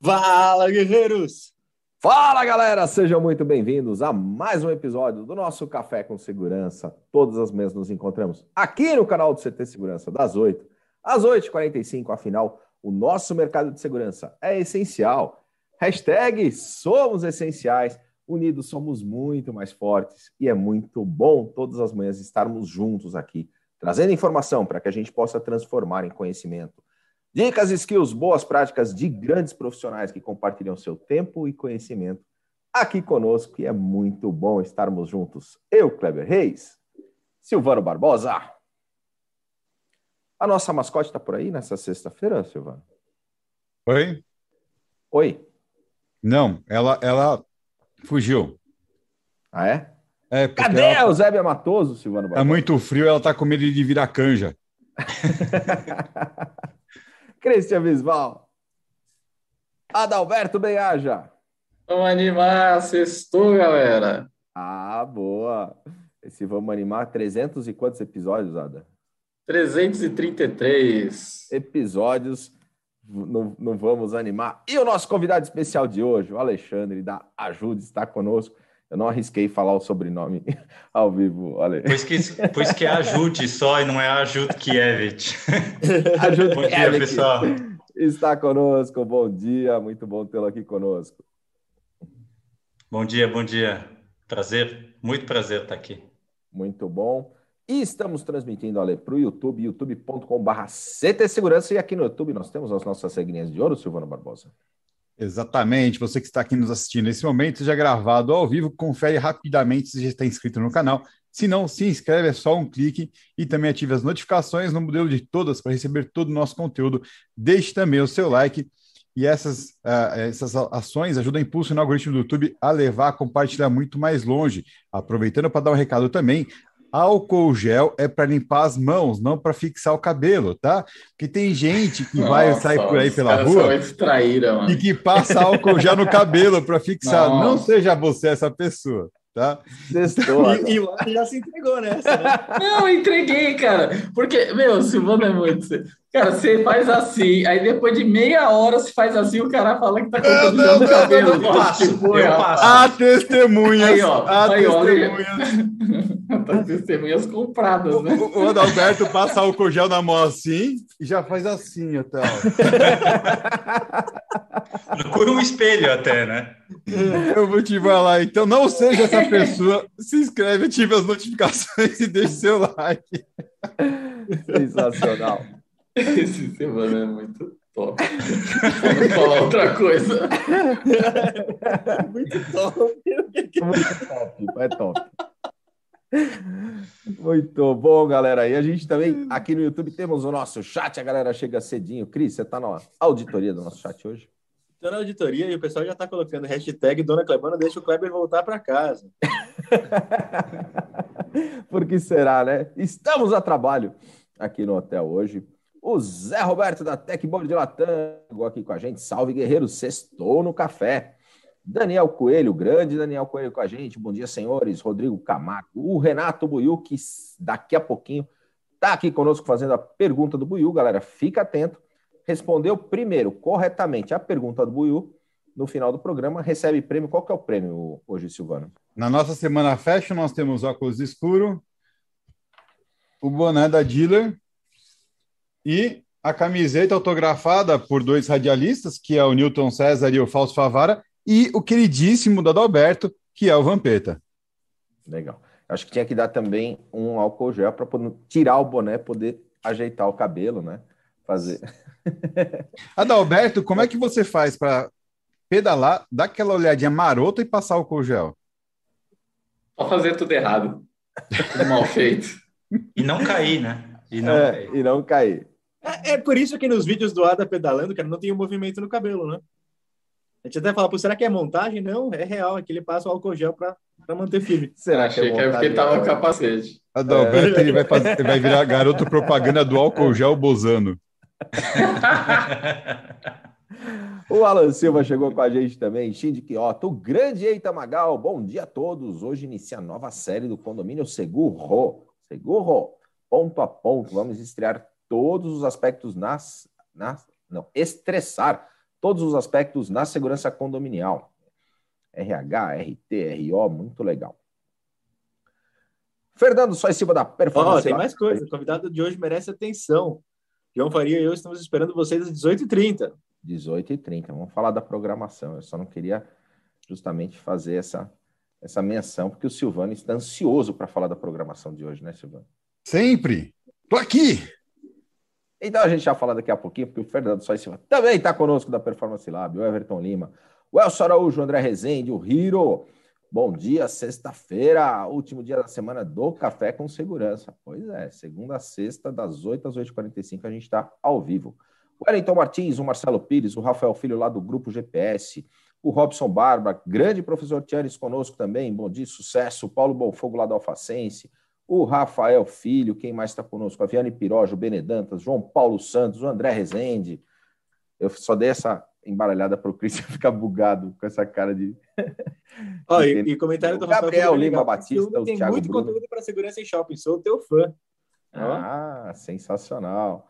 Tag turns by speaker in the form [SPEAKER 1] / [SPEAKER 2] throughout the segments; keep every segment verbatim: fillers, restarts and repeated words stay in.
[SPEAKER 1] Fala, guerreiros!
[SPEAKER 2] Fala, galera! Sejam muito bem-vindos a mais um episódio do nosso Café com Segurança. Todas as manhãs nos encontramos aqui no canal do C T Segurança, das oito às oito e quarenta e cinco. Afinal, o nosso mercado de segurança é essencial. Hashtag somos essenciais. Unidos somos muito mais fortes. E é muito bom todas as manhãs estarmos juntos aqui, trazendo informação para que a gente possa transformar em conhecimento. Dicas, skills, boas práticas de grandes profissionais que compartilham seu tempo e conhecimento aqui conosco, e é muito bom estarmos juntos. Eu, Kleber Reis, Silvano Barbosa. A nossa mascote está por aí nessa sexta-feira, Silvano?
[SPEAKER 3] Oi?
[SPEAKER 2] Oi?
[SPEAKER 3] Não, ela, ela fugiu.
[SPEAKER 2] Ah, é?
[SPEAKER 3] É,
[SPEAKER 2] Cadê
[SPEAKER 3] ela...
[SPEAKER 2] a Eusébia Matoso, Silvano Barbosa?
[SPEAKER 3] Tá muito frio, ela tá com medo de virar canja.
[SPEAKER 2] Cristian Visval. Adalberto Benhaja.
[SPEAKER 4] Vamos animar, sextou, galera.
[SPEAKER 2] Ah, boa. Esse vamos animar trezentos e quantos episódios, Ada?
[SPEAKER 4] trezentos e trinta e três.
[SPEAKER 2] Episódios, não, não vamos animar. E o nosso convidado especial de hoje, o Alexandre da Ajude, está conosco. Eu não arrisquei falar o sobrenome ao vivo, Ale.
[SPEAKER 5] Pois que, pois que é Ajude só e não é Ajude Kiewicz.
[SPEAKER 2] Ajude
[SPEAKER 5] Bom dia, pessoal.
[SPEAKER 2] Está conosco, bom dia, muito bom tê-lo aqui conosco.
[SPEAKER 5] Bom dia, bom dia. Prazer, muito prazer estar aqui.
[SPEAKER 2] Muito bom. E estamos transmitindo, Ale, para o YouTube, youtube ponto com barra C T Segurança. E aqui no YouTube nós temos as nossas regrinhas de ouro, Silvano Barbosa.
[SPEAKER 3] Exatamente, você que está aqui nos assistindo nesse momento, já gravado ao vivo, confere rapidamente se já está inscrito no canal. Se não, se inscreve, é só um clique e também ative as notificações no modelo de todas para receber todo o nosso conteúdo. Deixe também o seu like e essas, uh, essas ações ajudam a impulsionar o algoritmo do YouTube a levar a compartilhar muito mais longe. Aproveitando para dar um recado também, álcool gel é para limpar as mãos, não para fixar o cabelo, tá? Porque tem gente que Nossa, vai sair por aí pela rua
[SPEAKER 4] traíra,
[SPEAKER 3] e que passa álcool gel no cabelo para fixar. Nossa. Não seja você essa pessoa, tá?
[SPEAKER 1] Sextou, e, e o Arthur já se entregou nessa, né?
[SPEAKER 4] Não, entreguei, cara. Porque, meu, Silvano é muito... Cara, você faz assim, aí depois de meia hora você faz assim, o cara fala que tá colocando gel no cabelo.
[SPEAKER 5] Eu passo,
[SPEAKER 4] tipo,
[SPEAKER 5] eu passo.
[SPEAKER 3] Há testemunhas.
[SPEAKER 4] Aí, ó.
[SPEAKER 3] Há
[SPEAKER 4] aí,
[SPEAKER 3] testemunhas.
[SPEAKER 4] Ó, testemunhas compradas, né?
[SPEAKER 3] O, o Adalberto passa álcool gel na mão assim e já faz assim até.
[SPEAKER 5] Procura um espelho até, né?
[SPEAKER 3] Eu vou te falar, então não seja essa pessoa. Se inscreve, ative as notificações e deixe seu like.
[SPEAKER 2] Sensacional.
[SPEAKER 4] Esse semana é muito top. Vamos falar outra coisa.
[SPEAKER 1] Muito top.
[SPEAKER 2] Muito top, é top. Muito bom, galera. E a gente também, aqui no YouTube, temos o nosso chat. A galera chega cedinho. Cris, você tá na auditoria do nosso chat hoje?
[SPEAKER 1] Estou na auditoria e o pessoal já está colocando hashtag Dona Clebana deixa o Kleber voltar para casa.
[SPEAKER 2] Por que será, né? Estamos a trabalho aqui no hotel hoje. O Zé Roberto da Techboard de Latam chegou aqui com a gente. Salve, guerreiro, sextou no café. Daniel Coelho, grande Daniel Coelho com a gente. Bom dia, senhores. Rodrigo Camargo. O Renato Buiu, que daqui a pouquinho está aqui conosco fazendo a pergunta do Buiu. Galera, fica atento. Respondeu primeiro corretamente a pergunta do Buiu. No final do programa, recebe prêmio. Qual que é o prêmio hoje, Silvano?
[SPEAKER 3] Na nossa semana fashion, nós temos óculos escuro, o boné da Dealer e a camiseta autografada por dois radialistas, que é o Newton César e o Fausto Favara, e o queridíssimo do Adalberto, que é o Vampeta.
[SPEAKER 2] Legal. Acho que tinha que dar também um álcool gel para poder tirar o boné, poder ajeitar o cabelo, né? Fazer.
[SPEAKER 3] Adalberto, como é que você faz para pedalar, dar aquela olhadinha marota e passar álcool gel?
[SPEAKER 4] Só fazer tudo errado. Tudo mal feito.
[SPEAKER 5] E não cair, né?
[SPEAKER 2] E não, é, cair. E não cair.
[SPEAKER 1] É, é por isso que nos vídeos do Ada pedalando, cara, não tem um movimento no cabelo, né? A gente até fala, pô, será que é montagem? Não, é real, é que ele passa o álcool gel para manter firme.
[SPEAKER 4] Será que é montagem? Achei que é porque tava no capacete.
[SPEAKER 3] Adalberto, é. ele vai, fazer, ele vai virar garoto propaganda do álcool gel Bozano.
[SPEAKER 2] O Alan Silva chegou com a gente também. Shinji Kyoto, o grande Eita Magal. Bom dia a todos. Hoje inicia a nova série do Condomínio Seguro. Seguro, ponto a ponto. Vamos estrear todos os aspectos nas... nas não, estressar todos os aspectos na segurança condominial. R H, R T, R O, muito legal. Fernando Sois Silva da Performance.
[SPEAKER 1] Ó, tem mais coisa. O convidado de hoje merece atenção. João Faria e eu estamos esperando vocês às dezoito e trinta.
[SPEAKER 2] dezoito e trinta. Vamos falar da programação. Eu só não queria justamente fazer essa, essa menção, porque o Silvano está ansioso para falar da programação de hoje, né, Silvano?
[SPEAKER 3] Sempre. Tô aqui.
[SPEAKER 2] Então a gente já fala daqui a pouquinho, porque o Fernando Sois Silva também está conosco da Performance Lab, o Everton Lima, o Elcio Araújo, o André Rezende, o Hiro. Bom dia, sexta-feira, último dia da semana do Café com Segurança. Pois é, segunda a sexta, das oito às oito e quarenta e cinco, a gente está ao vivo. O Wellington Martins, o Marcelo Pires, o Rafael Filho lá do Grupo G P S, o Robson Barba, grande professor Tianes conosco também, bom dia, sucesso, o Paulo Bonfogo lá do Alfacense, o Rafael Filho, quem mais está conosco? A Viane Piroja, o Benedantas, João Paulo Santos, o André Rezende. Eu só dei essa embaralhada para o Christian ficar bugado com essa cara de...
[SPEAKER 1] Ó, e, e comentário do
[SPEAKER 2] o Gabriel
[SPEAKER 1] Rafael
[SPEAKER 2] Lima Batista, o
[SPEAKER 1] tem
[SPEAKER 2] Thiago
[SPEAKER 1] muito
[SPEAKER 2] Bruno.
[SPEAKER 1] conteúdo para segurança em shopping, sou teu fã.
[SPEAKER 2] Ah, sensacional.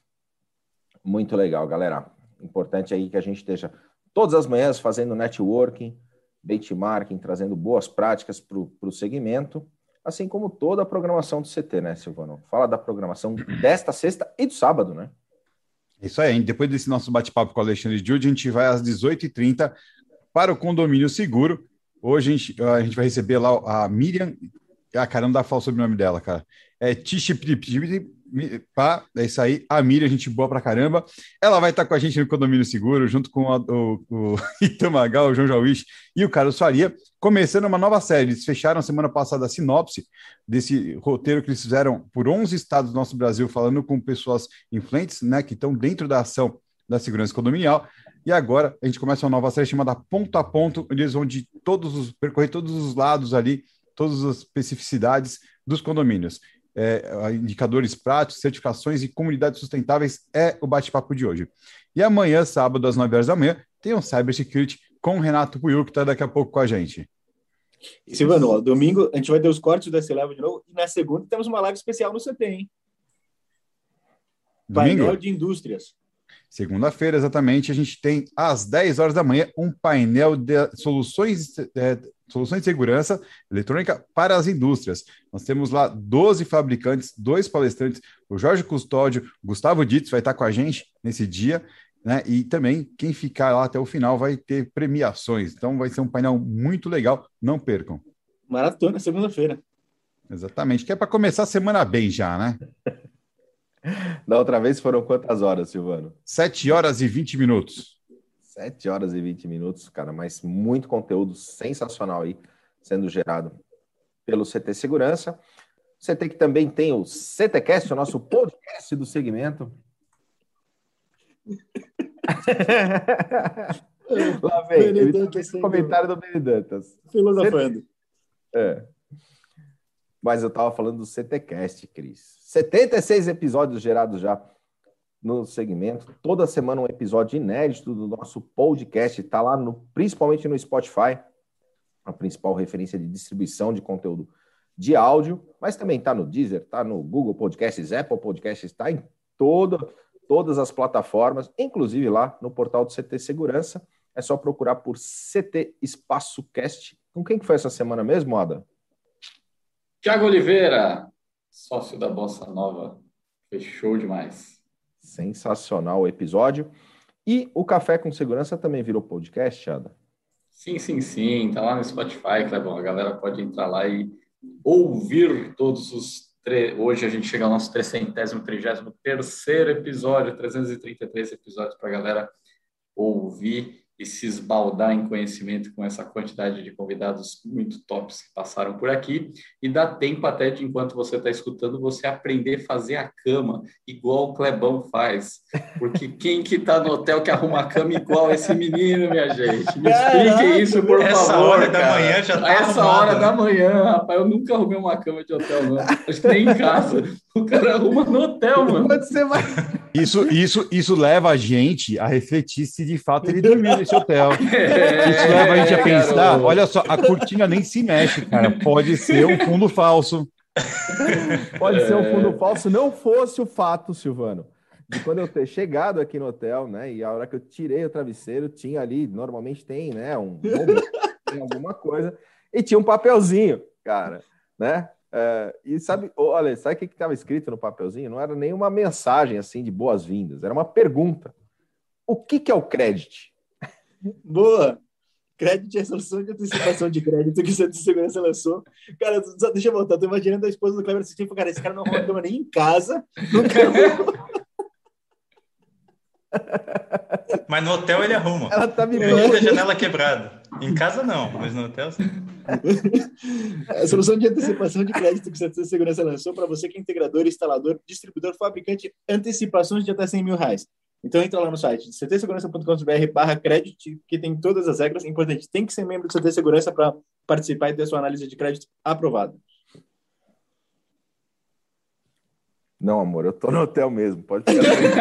[SPEAKER 2] Muito legal, galera. Importante aí que a gente esteja todas as manhãs fazendo networking, benchmarking, trazendo boas práticas para o segmento, assim como toda a programação do C T, né, Silvano? Fala da programação desta sexta e do sábado, né?
[SPEAKER 3] Isso aí, depois desse nosso bate-papo com o Alexandre Jude, a gente vai às dezoito e trinta para o Condomínio Seguro. Hoje a gente, a gente vai receber lá a Miriam. Ah, cara, não dá pra falar sobre o nome dela, cara. É Tichipipip, pá, é isso aí. A Miriam, gente boa pra caramba. Ela vai estar com a gente no Condomínio Seguro, junto com a, o, o Itamagal, o João Jauiche e o Carlos Faria, começando uma nova série. Eles fecharam semana passada a sinopse desse roteiro que eles fizeram por onze estados do nosso Brasil, falando com pessoas influentes, né, que estão dentro da ação da segurança condominial. E agora a gente começa uma nova série chamada Ponto a Ponto, onde eles vão de todos os, percorrer todos os lados ali, todas as especificidades dos condomínios. É, indicadores práticos, certificações e comunidades sustentáveis é o bate-papo de hoje. E amanhã, sábado, às nove horas da manhã, tem um Cybersecurity com o Renato Puiu, que está daqui a pouco com a gente.
[SPEAKER 1] E, Silvano, ó, domingo a gente vai ter os cortes do S-Level de novo, e na segunda temos uma live especial no C T, hein?
[SPEAKER 3] Domingo?
[SPEAKER 1] Painel de indústrias.
[SPEAKER 3] Segunda-feira, exatamente, a gente tem às dez horas da manhã um painel de soluções, é, soluções de segurança eletrônica para as indústrias. Nós temos lá doze fabricantes, dois palestrantes, o Jorge Custódio, Gustavo Ditz vai estar com a gente nesse dia, né? E também quem ficar lá até o final vai ter premiações. Então vai ser um painel muito legal, não percam.
[SPEAKER 1] Maratona, segunda-feira.
[SPEAKER 3] Exatamente, que é para começar a semana bem já, né?
[SPEAKER 2] Da outra vez foram quantas horas, Silvano?
[SPEAKER 3] sete horas e vinte minutos.
[SPEAKER 2] sete horas e vinte minutos, cara, mas muito conteúdo sensacional aí sendo gerado pelo C T Segurança. C T que também tem o CTcast, o nosso podcast do segmento. Lá vem, ele tem esse comentário do Benedantas.
[SPEAKER 1] Filosofando.
[SPEAKER 2] É. Mas eu tava falando do CTcast, Cris. setenta e seis episódios gerados já no segmento. Toda semana um episódio inédito do nosso podcast. Está lá, no, principalmente no Spotify, a principal referência de distribuição de conteúdo de áudio, mas também está no Deezer, está no Google Podcasts, Apple Podcasts, está em todo, todas as plataformas, inclusive lá no portal do C T Segurança. É só procurar por C T Espaço Cast. Com quem que foi essa semana mesmo, Ada?
[SPEAKER 4] Tiago Oliveira, sócio da Bossa Nova. Fechou demais.
[SPEAKER 2] Sensacional o episódio. E o Café com Segurança também virou podcast, Ada?
[SPEAKER 4] Sim, sim, sim. Tá lá no Spotify, Clebão. A galera pode entrar lá e ouvir todos os... Tre... Hoje a gente chega ao nosso trecentésimo, trigésimo terceiro episódio, trezentos e trinta e três episódios para a galera ouvir e se esbaldar em conhecimento com essa quantidade de convidados muito tops que passaram por aqui. E dá tempo até de, enquanto você está escutando, você aprender a fazer a cama igual o Clebão faz. Porque quem que está no hotel que arruma a cama igual esse menino, minha gente? Me expliquem isso, por
[SPEAKER 5] essa
[SPEAKER 4] favor,
[SPEAKER 5] hora
[SPEAKER 4] cara.
[SPEAKER 5] da manhã já tá
[SPEAKER 4] A essa
[SPEAKER 5] arrumado,
[SPEAKER 4] hora
[SPEAKER 5] né?
[SPEAKER 4] da manhã, rapaz, eu nunca arrumei uma cama de hotel, não. Acho que nem em casa. O cara arruma no hotel, mano.
[SPEAKER 2] Quando você vai...
[SPEAKER 3] Isso, isso, isso leva a gente a refletir se de fato ele dormiu nesse hotel. Isso leva a gente a pensar,
[SPEAKER 4] garoto.
[SPEAKER 3] olha só, a cortina nem se mexe, cara. Pode ser um fundo falso.
[SPEAKER 2] Pode ser um fundo falso, não fosse o fato, Silvano, de quando eu ter chegado aqui no hotel, né? E a hora que eu tirei o travesseiro, tinha ali, normalmente tem, né? Um momento, tem alguma coisa, e tinha um papelzinho, cara, né? É, e sabe, olha, sabe o que estava escrito no papelzinho? Não era nenhuma mensagem assim de boas-vindas, era uma pergunta. O que, que é o crédito?
[SPEAKER 1] Boa! Crédito é a solução de antecipação de crédito que o Centro de Segurança lançou. Cara, só deixa eu voltar. Tô imaginando a esposa do Kleber assistindo e falando, cara, esse cara não arruma cama nem em casa.
[SPEAKER 5] Mas no hotel ele arruma.
[SPEAKER 2] Ela tá me
[SPEAKER 5] Mesmo com a janela quebrada. Em casa não, mas no hotel sim.
[SPEAKER 1] A solução de antecipação de crédito que o Centro de Segurança lançou para você que é integrador, instalador, distribuidor, fabricante, antecipações de até cem mil reais. Então entra lá no site c t segurança ponto com ponto b r barra crédito, que tem todas as regras. Importante, tem que ser membro do C T Segurança para participar e ter sua análise de crédito aprovada.
[SPEAKER 2] Não, amor, eu tô no hotel mesmo, pode ficar tranquilo.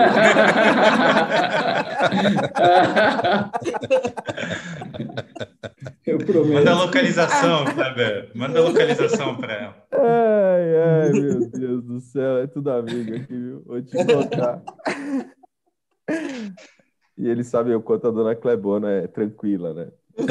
[SPEAKER 4] Eu prometo.
[SPEAKER 5] Manda a localização, Kleber. Manda a localização para ela.
[SPEAKER 2] Ai, ai, meu Deus do céu, é tudo amigo aqui, viu? Vou te contar. E ele sabe o quanto a dona Clebona é tranquila, né?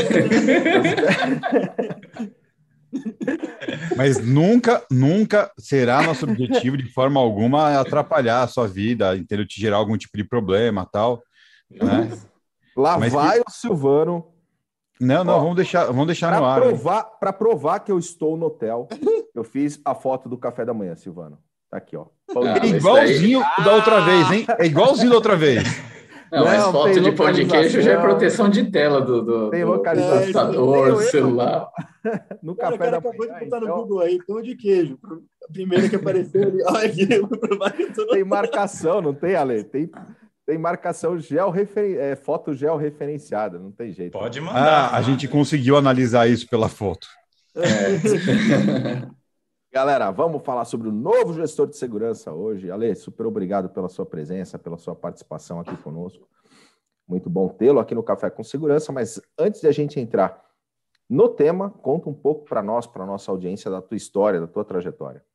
[SPEAKER 3] Mas nunca, nunca será nosso objetivo de forma alguma atrapalhar a sua vida, entendeu? Te gerar algum tipo de problema, tal, né?
[SPEAKER 2] Lá
[SPEAKER 3] Mas
[SPEAKER 2] vai
[SPEAKER 3] que...
[SPEAKER 2] o Silvano.
[SPEAKER 3] Não, não,
[SPEAKER 2] Ó,
[SPEAKER 3] vamos deixar, vamos deixar no ar.
[SPEAKER 2] Provar, para provar que eu estou no hotel, eu fiz a foto do café da manhã, Silvano. Tá aqui, ó.
[SPEAKER 4] Ah,
[SPEAKER 3] É igualzinho
[SPEAKER 4] daí...
[SPEAKER 3] da outra vez, hein? É igualzinho da outra vez.
[SPEAKER 4] Não, mas
[SPEAKER 2] Não,
[SPEAKER 4] foto de pão de queijo já é proteção de tela do, do,
[SPEAKER 2] tem
[SPEAKER 4] do computador, do celular.
[SPEAKER 2] No
[SPEAKER 1] Cara,
[SPEAKER 2] café
[SPEAKER 1] o cara
[SPEAKER 2] da
[SPEAKER 1] acabou
[SPEAKER 2] manhã,
[SPEAKER 1] de botar
[SPEAKER 2] então...
[SPEAKER 1] no Google aí, pão de queijo. A primeira que apareceu ali. Olha aqui, eu vou provar que eu tô no...
[SPEAKER 2] Tem marcação, não tem, Ale? Tem, tem marcação georrefer... é, foto georreferenciada, não tem jeito.
[SPEAKER 5] Pode mandar.
[SPEAKER 3] Ah, a gente conseguiu analisar isso pela foto.
[SPEAKER 4] É.
[SPEAKER 2] Galera, vamos falar sobre o novo gestor de segurança hoje. Ale, super obrigado pela sua presença, pela sua participação aqui conosco. Muito bom tê-lo aqui no Café com Segurança, mas antes de a gente entrar no tema, conta um pouco para nós, para a nossa audiência, da tua história, da tua trajetória.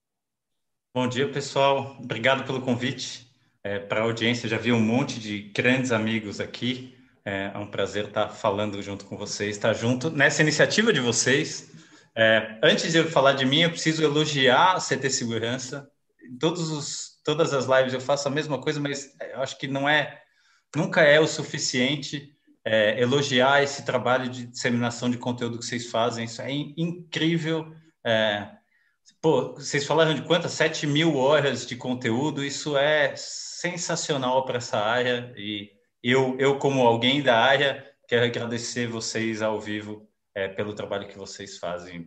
[SPEAKER 5] Bom dia, pessoal. Obrigado pelo convite. É, para a audiência, já vi um monte de grandes amigos aqui. É, é um prazer estar falando junto com vocês, estar junto nessa iniciativa de vocês. É, antes de eu falar de mim, eu preciso elogiar a C T Segurança. Em todos os, todas as lives eu faço a mesma coisa, mas eu acho que não é, nunca é o suficiente é, elogiar esse trabalho de disseminação de conteúdo que vocês fazem. Isso é in, incrível. É, pô, vocês falaram de quantas? sete mil horas de conteúdo. Isso é sensacional para essa área. E eu, eu, como alguém da área, quero agradecer vocês ao vivo É, pelo trabalho que vocês fazem.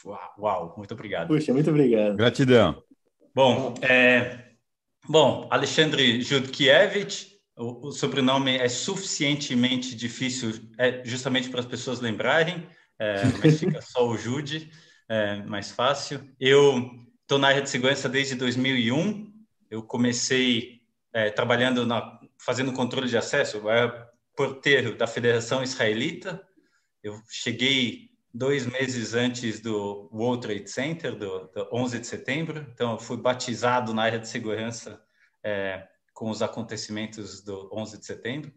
[SPEAKER 5] Uau, muito obrigado.
[SPEAKER 1] Puxa, muito obrigado.
[SPEAKER 3] Gratidão.
[SPEAKER 5] Bom, é, bom Alexandre Judkiewicz, o, o sobrenome é suficientemente difícil, é, justamente para as pessoas lembrarem, é, mas fica só o Jude, é, mais fácil. Eu estou na área de segurança desde dois mil e um, eu comecei é, trabalhando, na, fazendo controle de acesso, eu era porteiro da Federação Israelita. Eu cheguei dois meses antes do World Trade Center, do, do onze de setembro, então eu fui batizado na área de segurança é, com os acontecimentos do onze de setembro.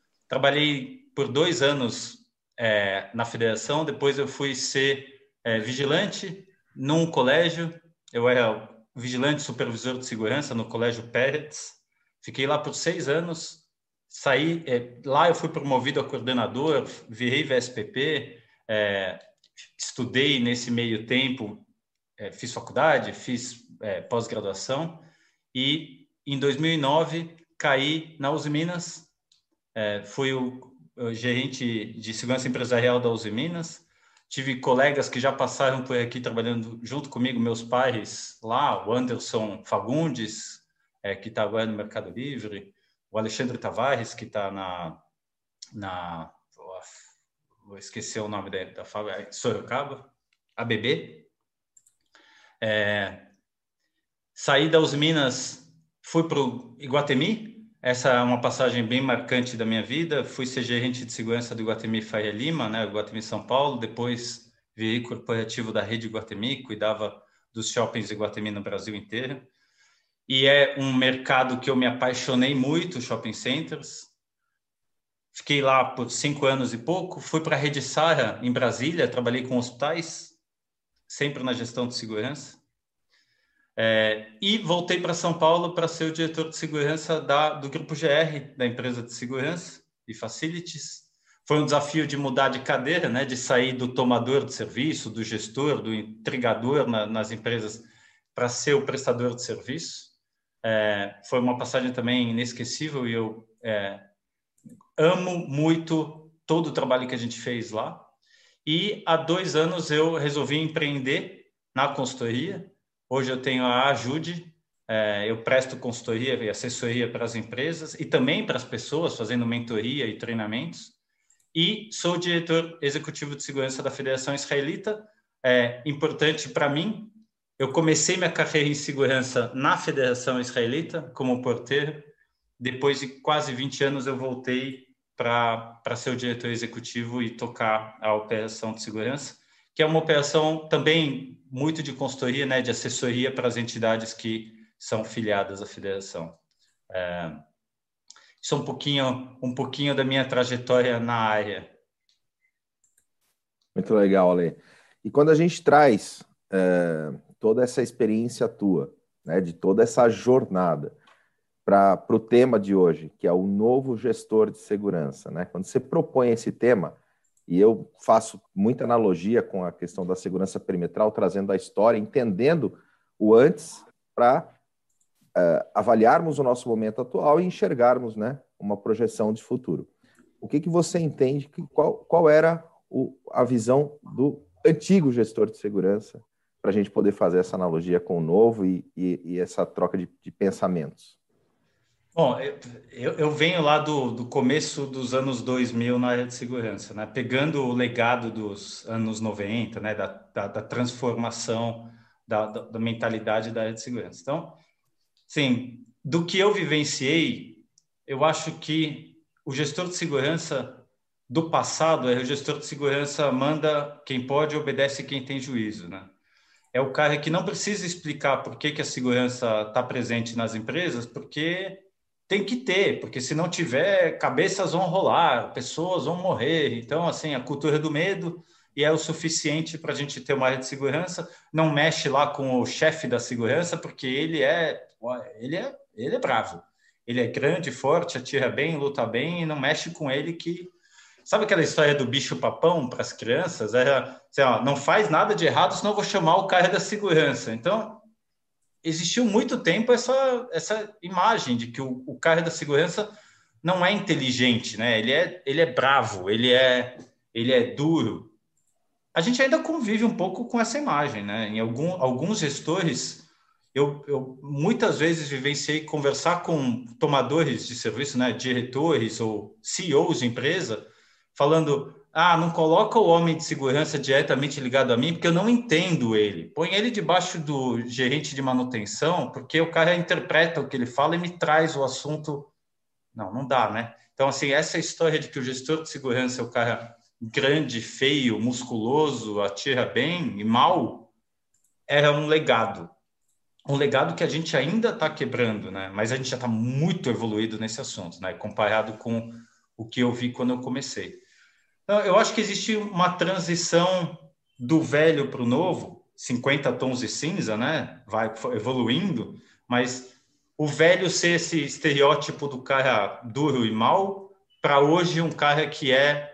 [SPEAKER 5] Trabalhei por dois anos é, na federação, depois eu fui ser é, vigilante num colégio, eu era vigilante supervisor de segurança no Colégio Peretz, fiquei lá por seis anos. Saí, é, lá eu fui promovido a coordenador, virei V S P P, é, estudei nesse meio tempo, é, fiz faculdade, fiz é, pós-graduação e em dois mil e nove caí na Uzi Minas, é, fui o, o gerente de segurança empresarial da Uzi Minas, tive colegas que já passaram por aqui trabalhando junto comigo, meus pares lá, o Anderson Fagundes, é, que está agora no Mercado Livre, o Alexandre Tavares, que está na, na... Vou esquecer o nome da, da fábrica, Sorocaba, A B B. É, saí da Uzi Minas, fui para o Iguatemi. Essa é uma passagem bem marcante da minha vida. Fui ser gerente de segurança do Iguatemi Faria Lima, né, Iguatemi São Paulo. Depois virei corporativo da rede Iguatemi, cuidava dos shoppings Iguatemi no Brasil inteiro. e é um mercado que eu me apaixonei muito, shopping centers. Fiquei lá por cinco anos e pouco. Fui para a Rede Sara, em Brasília, trabalhei com hospitais, sempre na gestão de segurança. É, e voltei para São Paulo para ser o diretor de segurança da, do Grupo G R, da empresa de segurança e facilities. Foi um desafio de mudar de cadeira, né, de sair do tomador de serviço, do gestor, do entregador na, nas empresas, para ser o prestador de serviço. É, foi uma passagem também inesquecível e eu é, amo muito todo o trabalho que a gente fez lá. E há dois anos eu resolvi empreender na consultoria. Hoje eu tenho a Ajude, é, eu presto consultoria e assessoria para as empresas e também para as pessoas, fazendo mentoria e treinamentos. E sou diretor executivo de segurança da Federação Israelita. É importante para mim, eu comecei minha carreira em segurança na Federação Israelita, como porteiro. Depois de quase vinte anos, eu voltei para ser o diretor executivo e tocar a operação de segurança, que é uma operação também muito de consultoria, né, de assessoria para as entidades que são filiadas à federação. É, isso é um pouquinho, um pouquinho da minha trajetória na área.
[SPEAKER 2] Muito legal, Ale. E quando a gente traz é, toda essa experiência tua, né, de toda essa jornada para o tema de hoje, que é o novo gestor de segurança, né? Quando você propõe esse tema, e eu faço muita analogia com a questão da segurança perimetral, trazendo a história, entendendo o antes para uh, avaliarmos o nosso momento atual e enxergarmos, né, uma projeção de futuro. O que, que você entende, que, qual, qual era o, a visão do antigo gestor de segurança, para a gente poder fazer essa analogia com o novo e, e, e essa troca de, de pensamentos?
[SPEAKER 5] Bom, eu, eu venho lá do, do começo dos anos dois mil na área de segurança, né? Pegando o legado dos anos noventa, né? da, da, da transformação da, da, da mentalidade da área de segurança. Então, sim, do que eu vivenciei, eu acho que o gestor de segurança do passado é o gestor de segurança manda quem pode, obedece quem tem juízo, né? É o cara que não precisa explicar por que, que a segurança está presente nas empresas, porque tem que ter, porque se não tiver, cabeças vão rolar, pessoas vão morrer. Então, assim, a cultura do medo e é o suficiente para a gente ter uma área de segurança. Não mexe lá com o chefe da segurança, porque ele é, ele é, ele é bravo. Ele é grande, forte, atira bem, luta bem, e não mexe com ele que... Sabe aquela história do bicho-papão para as crianças? Era, assim, ó, não faz nada de errado, senão eu vou chamar o cara da segurança. Então, existiu muito tempo essa, essa imagem de que o, o cara da segurança não é inteligente, né? Ele é, ele é bravo, ele é, ele é duro. A gente ainda convive um pouco com essa imagem, né? Em algum, alguns gestores, eu, eu muitas vezes vivenciei conversar com tomadores de serviço, né? Diretores ou C E Os de empresa, falando... Ah, não coloca o homem de segurança diretamente ligado a mim, porque eu não entendo ele. Põe ele debaixo do gerente de manutenção, porque o cara interpreta o que ele fala e me traz o assunto. Não, não dá, né? Então, assim, essa história de que o gestor de segurança é o cara grande, feio, musculoso, atira bem e mal, era um legado. Um legado que a gente ainda está quebrando, né? Mas a gente já está muito evoluído nesse assunto, né? Comparado com o que eu vi quando eu comecei. Então, eu acho que existe uma transição do velho para o novo, cinquenta tons de cinza, né? Vai evoluindo, mas o velho ser esse estereótipo do cara duro e mal, para hoje um cara que é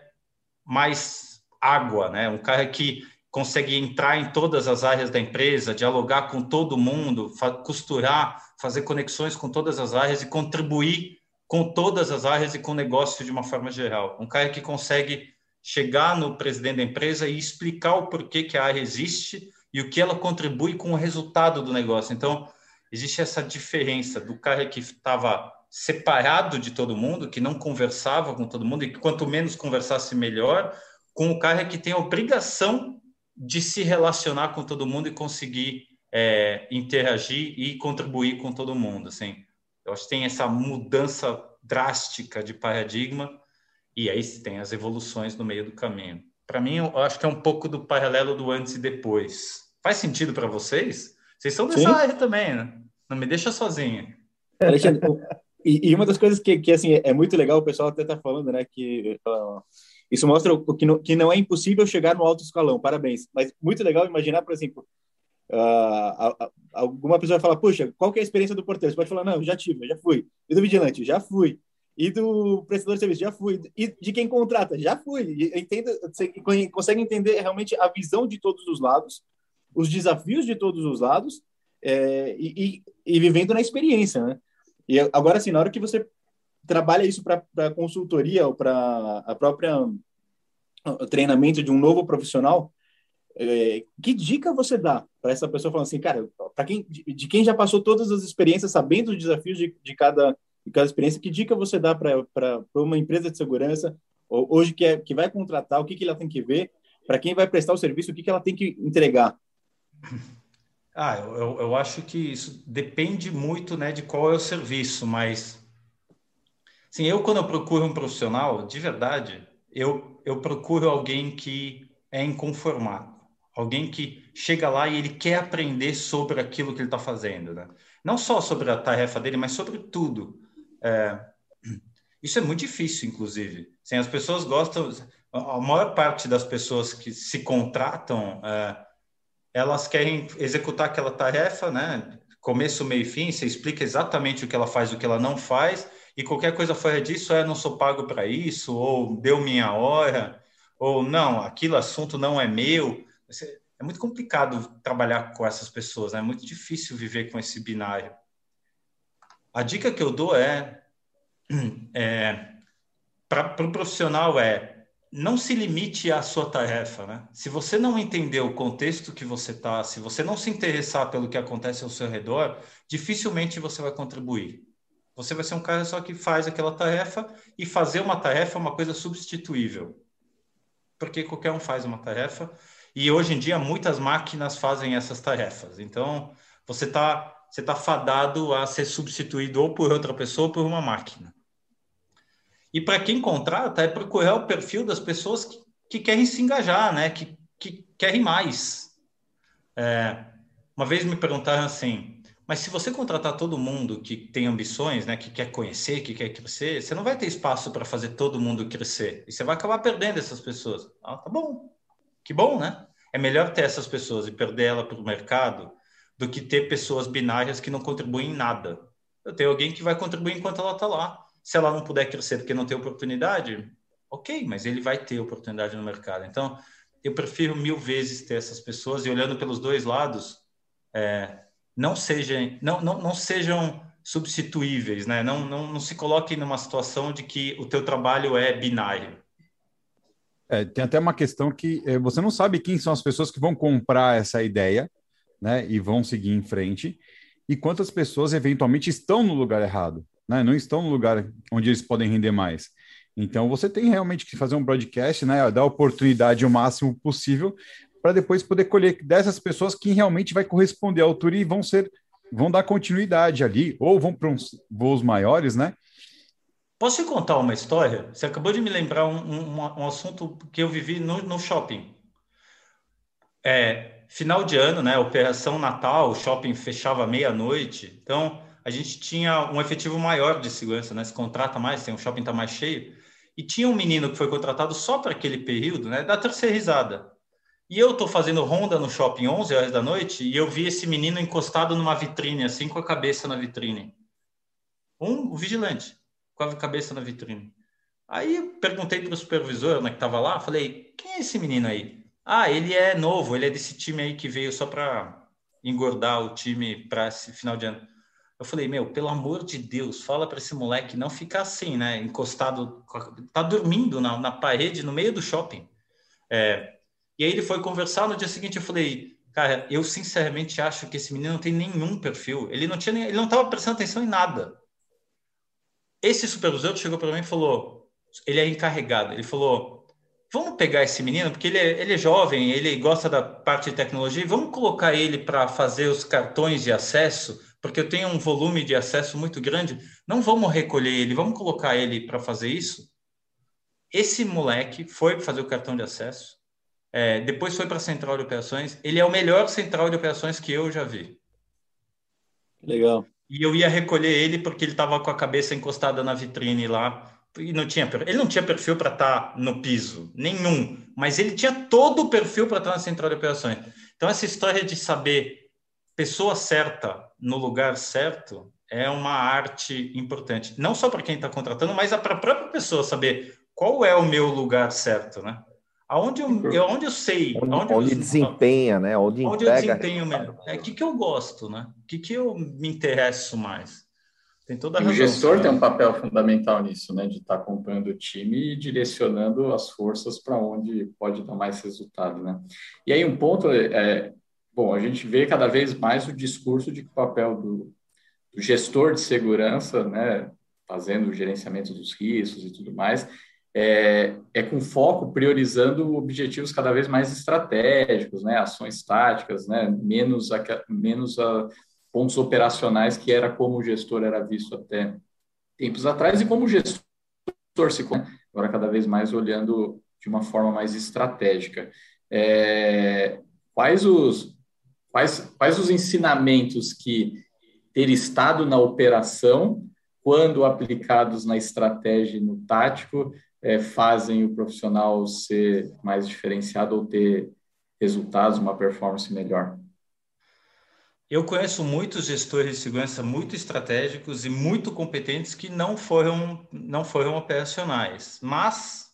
[SPEAKER 5] mais água, né? Um cara que consegue entrar em todas as áreas da empresa, dialogar com todo mundo, costurar, fazer conexões com todas as áreas e contribuir com todas as áreas e com o negócio de uma forma geral. Um cara que consegue chegar no presidente da empresa e explicar o porquê que a área existe e o que ela contribui com o resultado do negócio. Então, existe essa diferença do cara que estava separado de todo mundo, que não conversava com todo mundo e que quanto menos conversasse, melhor, com o cara que tem a obrigação de se relacionar com todo mundo e conseguir é, interagir e contribuir com todo mundo. Assim, eu acho que tem essa mudança drástica de paradigma. E aí tem as evoluções no meio do caminho. Para mim, eu acho que é um pouco do paralelo do antes e depois. Faz sentido para vocês? Vocês são dessa
[SPEAKER 1] Sim.
[SPEAKER 5] área também, né? Não me deixa sozinho.
[SPEAKER 1] Alexandre, e, e uma das coisas que, que assim, é muito legal, o pessoal até está falando, né, que uh, isso mostra o, que, não, que não é impossível chegar no alto escalão, parabéns. Mas muito legal imaginar, por exemplo, uh, a, a, alguma pessoa vai falar, puxa, qual que é a experiência do porteiro? Você pode falar, não, já tive, já fui. E do vigilante? Já fui. E do prestador de serviço? Já fui. E de quem contrata? Já fui. Entenda, você consegue entender realmente a visão de todos os lados, os desafios de todos os lados, é, e, e, e vivendo na experiência, né? E agora, assim, na hora que você trabalha isso para a consultoria ou para a própria o treinamento de um novo profissional, é, que dica você dá para essa pessoa falando assim, cara, para quem de, de quem já passou todas as experiências, sabendo os desafios de, de cada de cada experiência, que dica você dá para uma empresa de segurança hoje que é que vai contratar, o que que ela tem que ver, para quem vai prestar o serviço, o que que ela tem que entregar?
[SPEAKER 5] Ah, eu, eu acho que isso depende muito, né, de qual é o serviço, mas sim, eu quando eu procuro um profissional, de verdade, eu, eu procuro alguém que é inconformado, alguém que chega lá e ele quer aprender sobre aquilo que ele está fazendo, né? Não só sobre a tarefa dele, mas sobre tudo. É, isso é muito difícil, inclusive. Assim, as pessoas gostam, a maior parte das pessoas que se contratam, é, elas querem executar aquela tarefa, né? Começo, meio e fim, você explica exatamente o que ela faz, o que ela não faz, e qualquer coisa fora disso é não sou pago para isso, ou deu minha hora, ou não, aquele assunto não é meu. É muito complicado trabalhar com essas pessoas, né? É muito difícil viver com esse binário. A dica que eu dou é, é para o pro profissional é não se limite à sua tarefa, né? Se você não entender o contexto que você está, se você não se interessar pelo que acontece ao seu redor, dificilmente você vai contribuir. Você vai ser um cara só que faz aquela tarefa, e fazer uma tarefa é uma coisa substituível. Porque qualquer um faz uma tarefa, e hoje em dia muitas máquinas fazem essas tarefas. Então, você está você tá fadado a ser substituído ou por outra pessoa ou por uma máquina. E para quem contrata, é procurar o perfil das pessoas que, que querem se engajar, né? que, que querem mais. É, uma vez me perguntaram assim, mas se você contratar todo mundo que tem ambições, né? que quer conhecer, que quer crescer, você não vai ter espaço para fazer todo mundo crescer. E você vai acabar perdendo essas pessoas. Ah, tá bom. Que bom, né? É melhor ter essas pessoas e perder ela para o mercado do que ter pessoas binárias que não contribuem em nada. Eu tenho alguém que vai contribuir enquanto ela está lá. Se ela não puder crescer porque não tem oportunidade, ok, mas ele vai ter oportunidade no mercado. Então, eu prefiro mil vezes ter essas pessoas, e olhando pelos dois lados, é, não, sejam, não, não, não sejam substituíveis, né? Não, não, não se coloquem numa situação de que o teu trabalho é binário.
[SPEAKER 3] É, tem até uma questão que é, você não sabe quem são as pessoas que vão comprar essa ideia, né, e vão seguir em frente, e quantas pessoas eventualmente estão no lugar errado, né, não estão no lugar onde eles podem render mais. Então, você tem realmente que fazer um broadcast, né, dar oportunidade o máximo possível para depois poder colher dessas pessoas quem realmente vai corresponder à altura e vão ser, vão dar continuidade ali, ou vão para uns voos maiores, né?
[SPEAKER 5] Posso te contar uma história? Você acabou de me lembrar um, um, um assunto que eu vivi no, no shopping. É, final de ano, né? Operação Natal, o shopping fechava meia-noite. Então, a gente tinha um efetivo maior de segurança, né? Se contrata mais, tem um shopping tá mais cheio. E tinha um menino que foi contratado só para aquele período, né? Da terceirizada. E eu tô fazendo ronda no shopping onze horas da noite e eu vi esse menino encostado numa vitrine, assim, com a cabeça na vitrine. Um, o vigilante, com a cabeça na vitrine. Aí eu perguntei para o supervisor, né, que estava lá, falei, quem é esse menino aí? Ah, ele é novo, ele é desse time aí que veio só para engordar o time para esse final de ano. Eu falei, meu, pelo amor de Deus, fala para esse moleque não ficar assim, né, encostado, tá dormindo na, na parede no meio do shopping. É, e aí ele foi conversar, no dia seguinte eu falei, cara, eu sinceramente acho que esse menino não tem nenhum perfil, ele não tinha nem, ele não estava prestando atenção em nada. Esse supervisor chegou para mim e falou, ele é encarregado, ele falou, vamos pegar esse menino, porque ele é, ele é jovem, ele gosta da parte de tecnologia, e vamos colocar ele para fazer os cartões de acesso, porque eu tenho um volume de acesso muito grande, não vamos recolher ele, vamos colocar ele para fazer isso. Esse moleque foi fazer o cartão de acesso, é, depois foi para a central de operações, ele é o melhor central de operações que eu já vi.
[SPEAKER 1] Legal.
[SPEAKER 5] E eu ia recolher ele porque ele estava com a cabeça encostada na vitrine lá. E não tinha, ele não tinha perfil para estar no piso, nenhum. Mas ele tinha todo o perfil para estar na central de operações. Então, essa história de saber pessoa certa no lugar certo é uma arte importante. Não só para quem está contratando, mas para a própria pessoa saber qual é o meu lugar certo, né? Aonde eu, eu, onde eu sei,
[SPEAKER 2] Onde,
[SPEAKER 5] aonde
[SPEAKER 2] onde
[SPEAKER 5] eu,
[SPEAKER 2] desempenha, né? Onde,
[SPEAKER 5] onde eu
[SPEAKER 2] entrega
[SPEAKER 5] desempenho melhor. É o que, que eu gosto, né? O que, que eu me interesso mais. Tem toda a
[SPEAKER 4] E o
[SPEAKER 5] razão.
[SPEAKER 4] gestor tem um
[SPEAKER 5] Senhor.
[SPEAKER 4] papel fundamental nisso, né? De estar acompanhando o time e direcionando as forças para onde pode dar mais resultado, né? E aí um ponto é, bom, a gente vê cada vez mais o discurso de que o papel do, do gestor de segurança, né? Fazendo o gerenciamento dos riscos e tudo mais, é, é com foco priorizando objetivos cada vez mais estratégicos, né? Ações táticas, né? Menos a, menos a pontos operacionais, que era como o gestor era visto até tempos atrás, e como o gestor se agora cada vez mais olhando de uma forma mais estratégica. É, quais, os, quais, quais os ensinamentos que ter estado na operação, quando aplicados na estratégia e no tático, é, fazem o profissional ser mais diferenciado ou ter resultados, uma performance melhor?
[SPEAKER 5] Eu conheço muitos gestores de segurança muito estratégicos e muito competentes que não foram, não foram operacionais, mas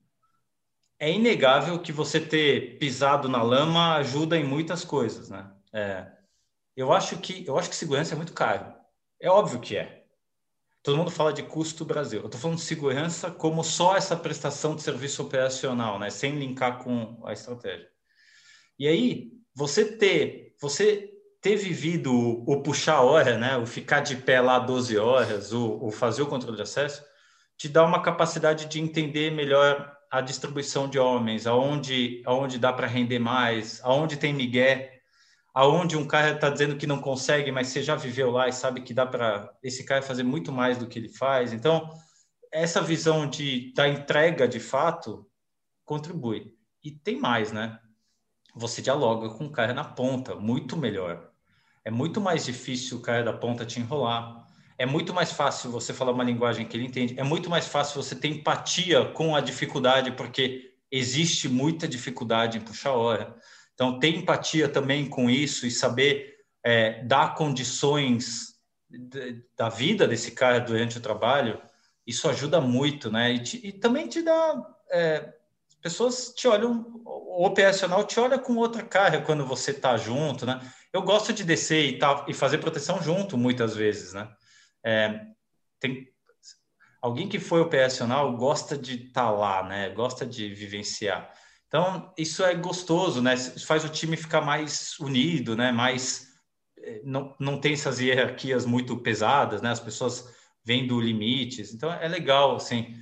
[SPEAKER 5] é inegável que você ter pisado na lama ajuda em muitas coisas, né? É, eu acho que eu acho que segurança é muito caro. É óbvio que é. Todo mundo fala de custo Brasil. Eu estou falando de segurança como só essa prestação de serviço operacional, né? Sem linkar com a estratégia. E aí, você ter, você ter vivido o, o puxar hora, né? O ficar de pé lá doze horas, o, o fazer o controle de acesso, te dá uma capacidade de entender melhor a distribuição de homens, aonde, aonde dá para render mais, aonde tem migué, aonde um cara está dizendo que não consegue, mas você já viveu lá e sabe que dá para esse cara fazer muito mais do que ele faz. Então, essa visão de, da entrega de fato contribui. E tem mais, né? Você dialoga com o cara na ponta, muito melhor. É muito mais difícil o cara da ponta te enrolar. É muito mais fácil você falar uma linguagem que ele entende. É muito mais fácil você ter empatia com a dificuldade, porque existe muita dificuldade em puxar hora. Então, ter empatia também com isso e saber é, dar condições de, da vida desse cara durante o trabalho, isso ajuda muito, né? E, te, e também te dá... É, pessoas te olham, o operacional te olha com outra cara quando você está junto, né? Eu gosto de descer e, tá, e fazer proteção junto, muitas vezes, né? É, tem, alguém que foi operacional gosta de estar tá lá, né? Gosta de vivenciar. Então, isso é gostoso, né? Isso faz o time ficar mais unido, né? Mais, não, não tem essas hierarquias muito pesadas, né? As pessoas vendo limites. Então, é legal, assim.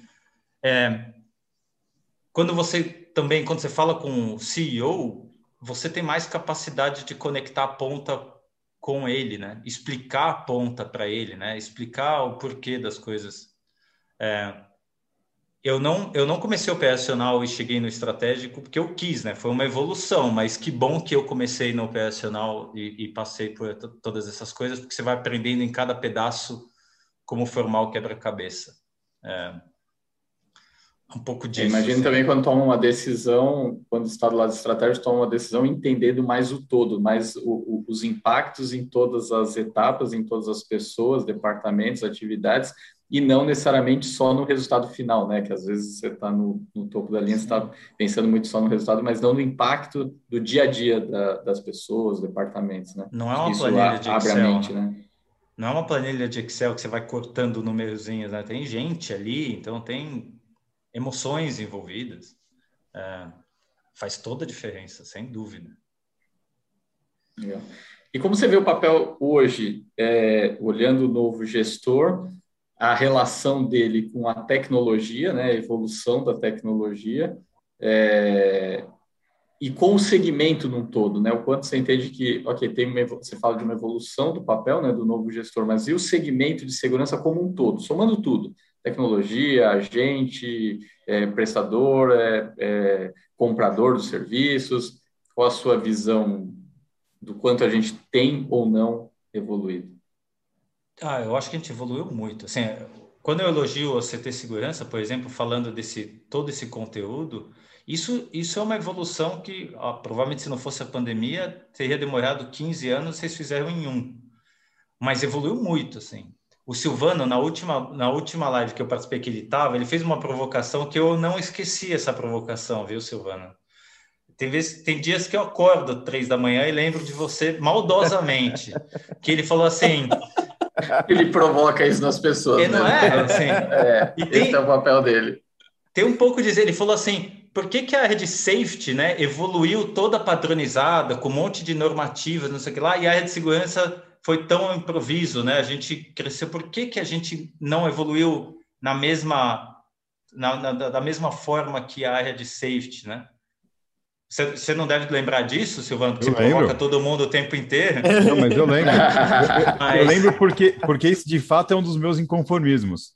[SPEAKER 5] É, quando você também, quando você fala com o C E O, você tem mais capacidade de conectar a ponta com ele, né? Explicar a ponta para ele, né? Explicar o porquê das coisas. É, eu não, eu não comecei operacional e cheguei no estratégico porque eu quis, né? Foi uma evolução, mas que bom que eu comecei no operacional e, e passei por todas essas coisas, porque você vai aprendendo em cada pedaço como formar o quebra-cabeça. É, um pouco
[SPEAKER 4] Eu
[SPEAKER 5] disso,
[SPEAKER 4] imagino
[SPEAKER 5] assim.
[SPEAKER 4] também quando toma uma decisão, quando está do lado estratégico, toma uma decisão entendendo mais o todo, mais o, o, os impactos em todas as etapas, em todas as pessoas, departamentos, atividades, e não necessariamente só no resultado final, né? Que às vezes você está no, no topo da linha, você está pensando muito só no resultado, mas não no impacto do dia a dia da, das pessoas, departamentos, né?
[SPEAKER 5] Não é
[SPEAKER 4] Acho que
[SPEAKER 5] uma
[SPEAKER 4] isso
[SPEAKER 5] planilha
[SPEAKER 4] a,
[SPEAKER 5] de
[SPEAKER 4] abre a
[SPEAKER 5] Excel,
[SPEAKER 4] mente,
[SPEAKER 5] né?
[SPEAKER 4] né?
[SPEAKER 5] Não é uma planilha de Excel que você vai cortando numerozinhos, né? Tem gente ali, então tem emoções envolvidas. É, faz toda a diferença, sem dúvida.
[SPEAKER 4] Legal. E como você vê o papel hoje, é, olhando o novo gestor, a relação dele com a tecnologia, né, a evolução da tecnologia, é, e com o segmento num todo, né, o quanto você entende que, ok, tem uma, você fala de uma evolução do papel, né, do novo gestor, mas e o segmento de segurança como um todo, somando tudo, tecnologia, agente, é, prestador, é, é, comprador dos serviços, qual a sua visão do quanto a gente tem ou não evoluído?
[SPEAKER 5] Ah, eu acho que a gente evoluiu muito. Assim, quando eu elogio a C T Segurança, por exemplo, falando desse todo esse conteúdo, isso, isso é uma evolução que, ó, provavelmente, se não fosse a pandemia, teria demorado quinze anos, vocês fizeram em um. Mas evoluiu muito, assim. O Silvano, na última, na última live que eu participei que ele estava, ele fez uma provocação que eu não esqueci essa provocação, viu, Silvano? Tem vezes, tem dias que eu acordo três da manhã e lembro de você maldosamente. Que ele falou assim...
[SPEAKER 4] Ele provoca isso nas pessoas.
[SPEAKER 5] Não
[SPEAKER 4] mesmo.
[SPEAKER 5] é? Assim,
[SPEAKER 4] é
[SPEAKER 5] e tem,
[SPEAKER 4] esse é o papel dele.
[SPEAKER 5] Tem um pouco de dizer, ele falou assim, por que, que a área de safety, né, evoluiu toda padronizada, com um monte de normativas, não sei o que lá, e a área de segurança foi tão improviso, né? A gente cresceu, por que, que a gente não evoluiu na mesma, na, na, da mesma forma que a área de safety, né? Você não deve lembrar disso, Silvano, porque
[SPEAKER 3] Eu
[SPEAKER 5] você
[SPEAKER 3] lembro.
[SPEAKER 5] provoca todo mundo o tempo inteiro.
[SPEAKER 3] Não, mas eu lembro. Eu,
[SPEAKER 5] Mas...
[SPEAKER 3] eu lembro porque, porque isso, de fato, é um dos meus inconformismos.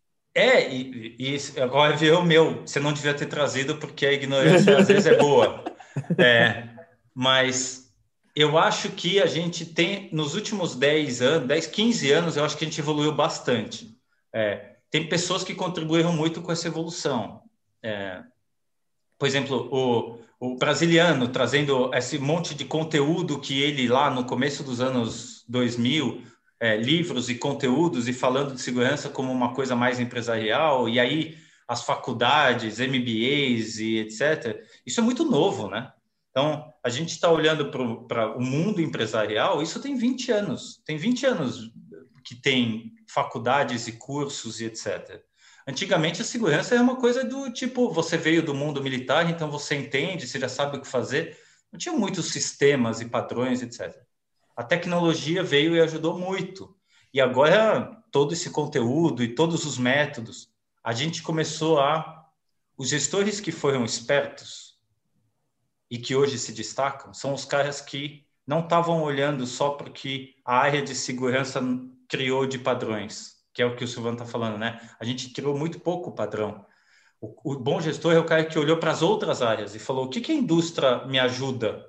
[SPEAKER 5] É, e, e agora veio o meu. Você não devia ter trazido, porque a ignorância às vezes é boa. É, mas eu acho que a gente tem, nos últimos dez anos, dez, quinze anos, eu acho que a gente evoluiu bastante. É, tem pessoas que contribuíram muito com essa evolução. É, por exemplo, o, o brasiliano trazendo esse monte de conteúdo que ele lá no começo dos anos dois mil, é, livros e conteúdos, e falando de segurança como uma coisa mais empresarial, e aí as faculdades, M B As e etcétera. Isso é muito novo, né? Então, a gente está olhando para o mundo empresarial, isso tem vinte anos. Tem vinte anos que tem faculdades e cursos e etcétera. Antigamente, a segurança era uma coisa do tipo, você veio do mundo militar, então você entende, você já sabe o que fazer. Não tinha muitos sistemas e padrões, etcétera. A tecnologia veio e ajudou muito. E agora, todo esse conteúdo e todos os métodos, a gente começou a... Os gestores que foram espertos e que hoje se destacam, são os caras que não estavam olhando só porque a área de segurança criou de padrões, que é o que o Silvano está falando, né? A gente criou muito pouco padrão. O, o bom gestor é o cara que olhou para as outras áreas e falou, o que, que a indústria me ajuda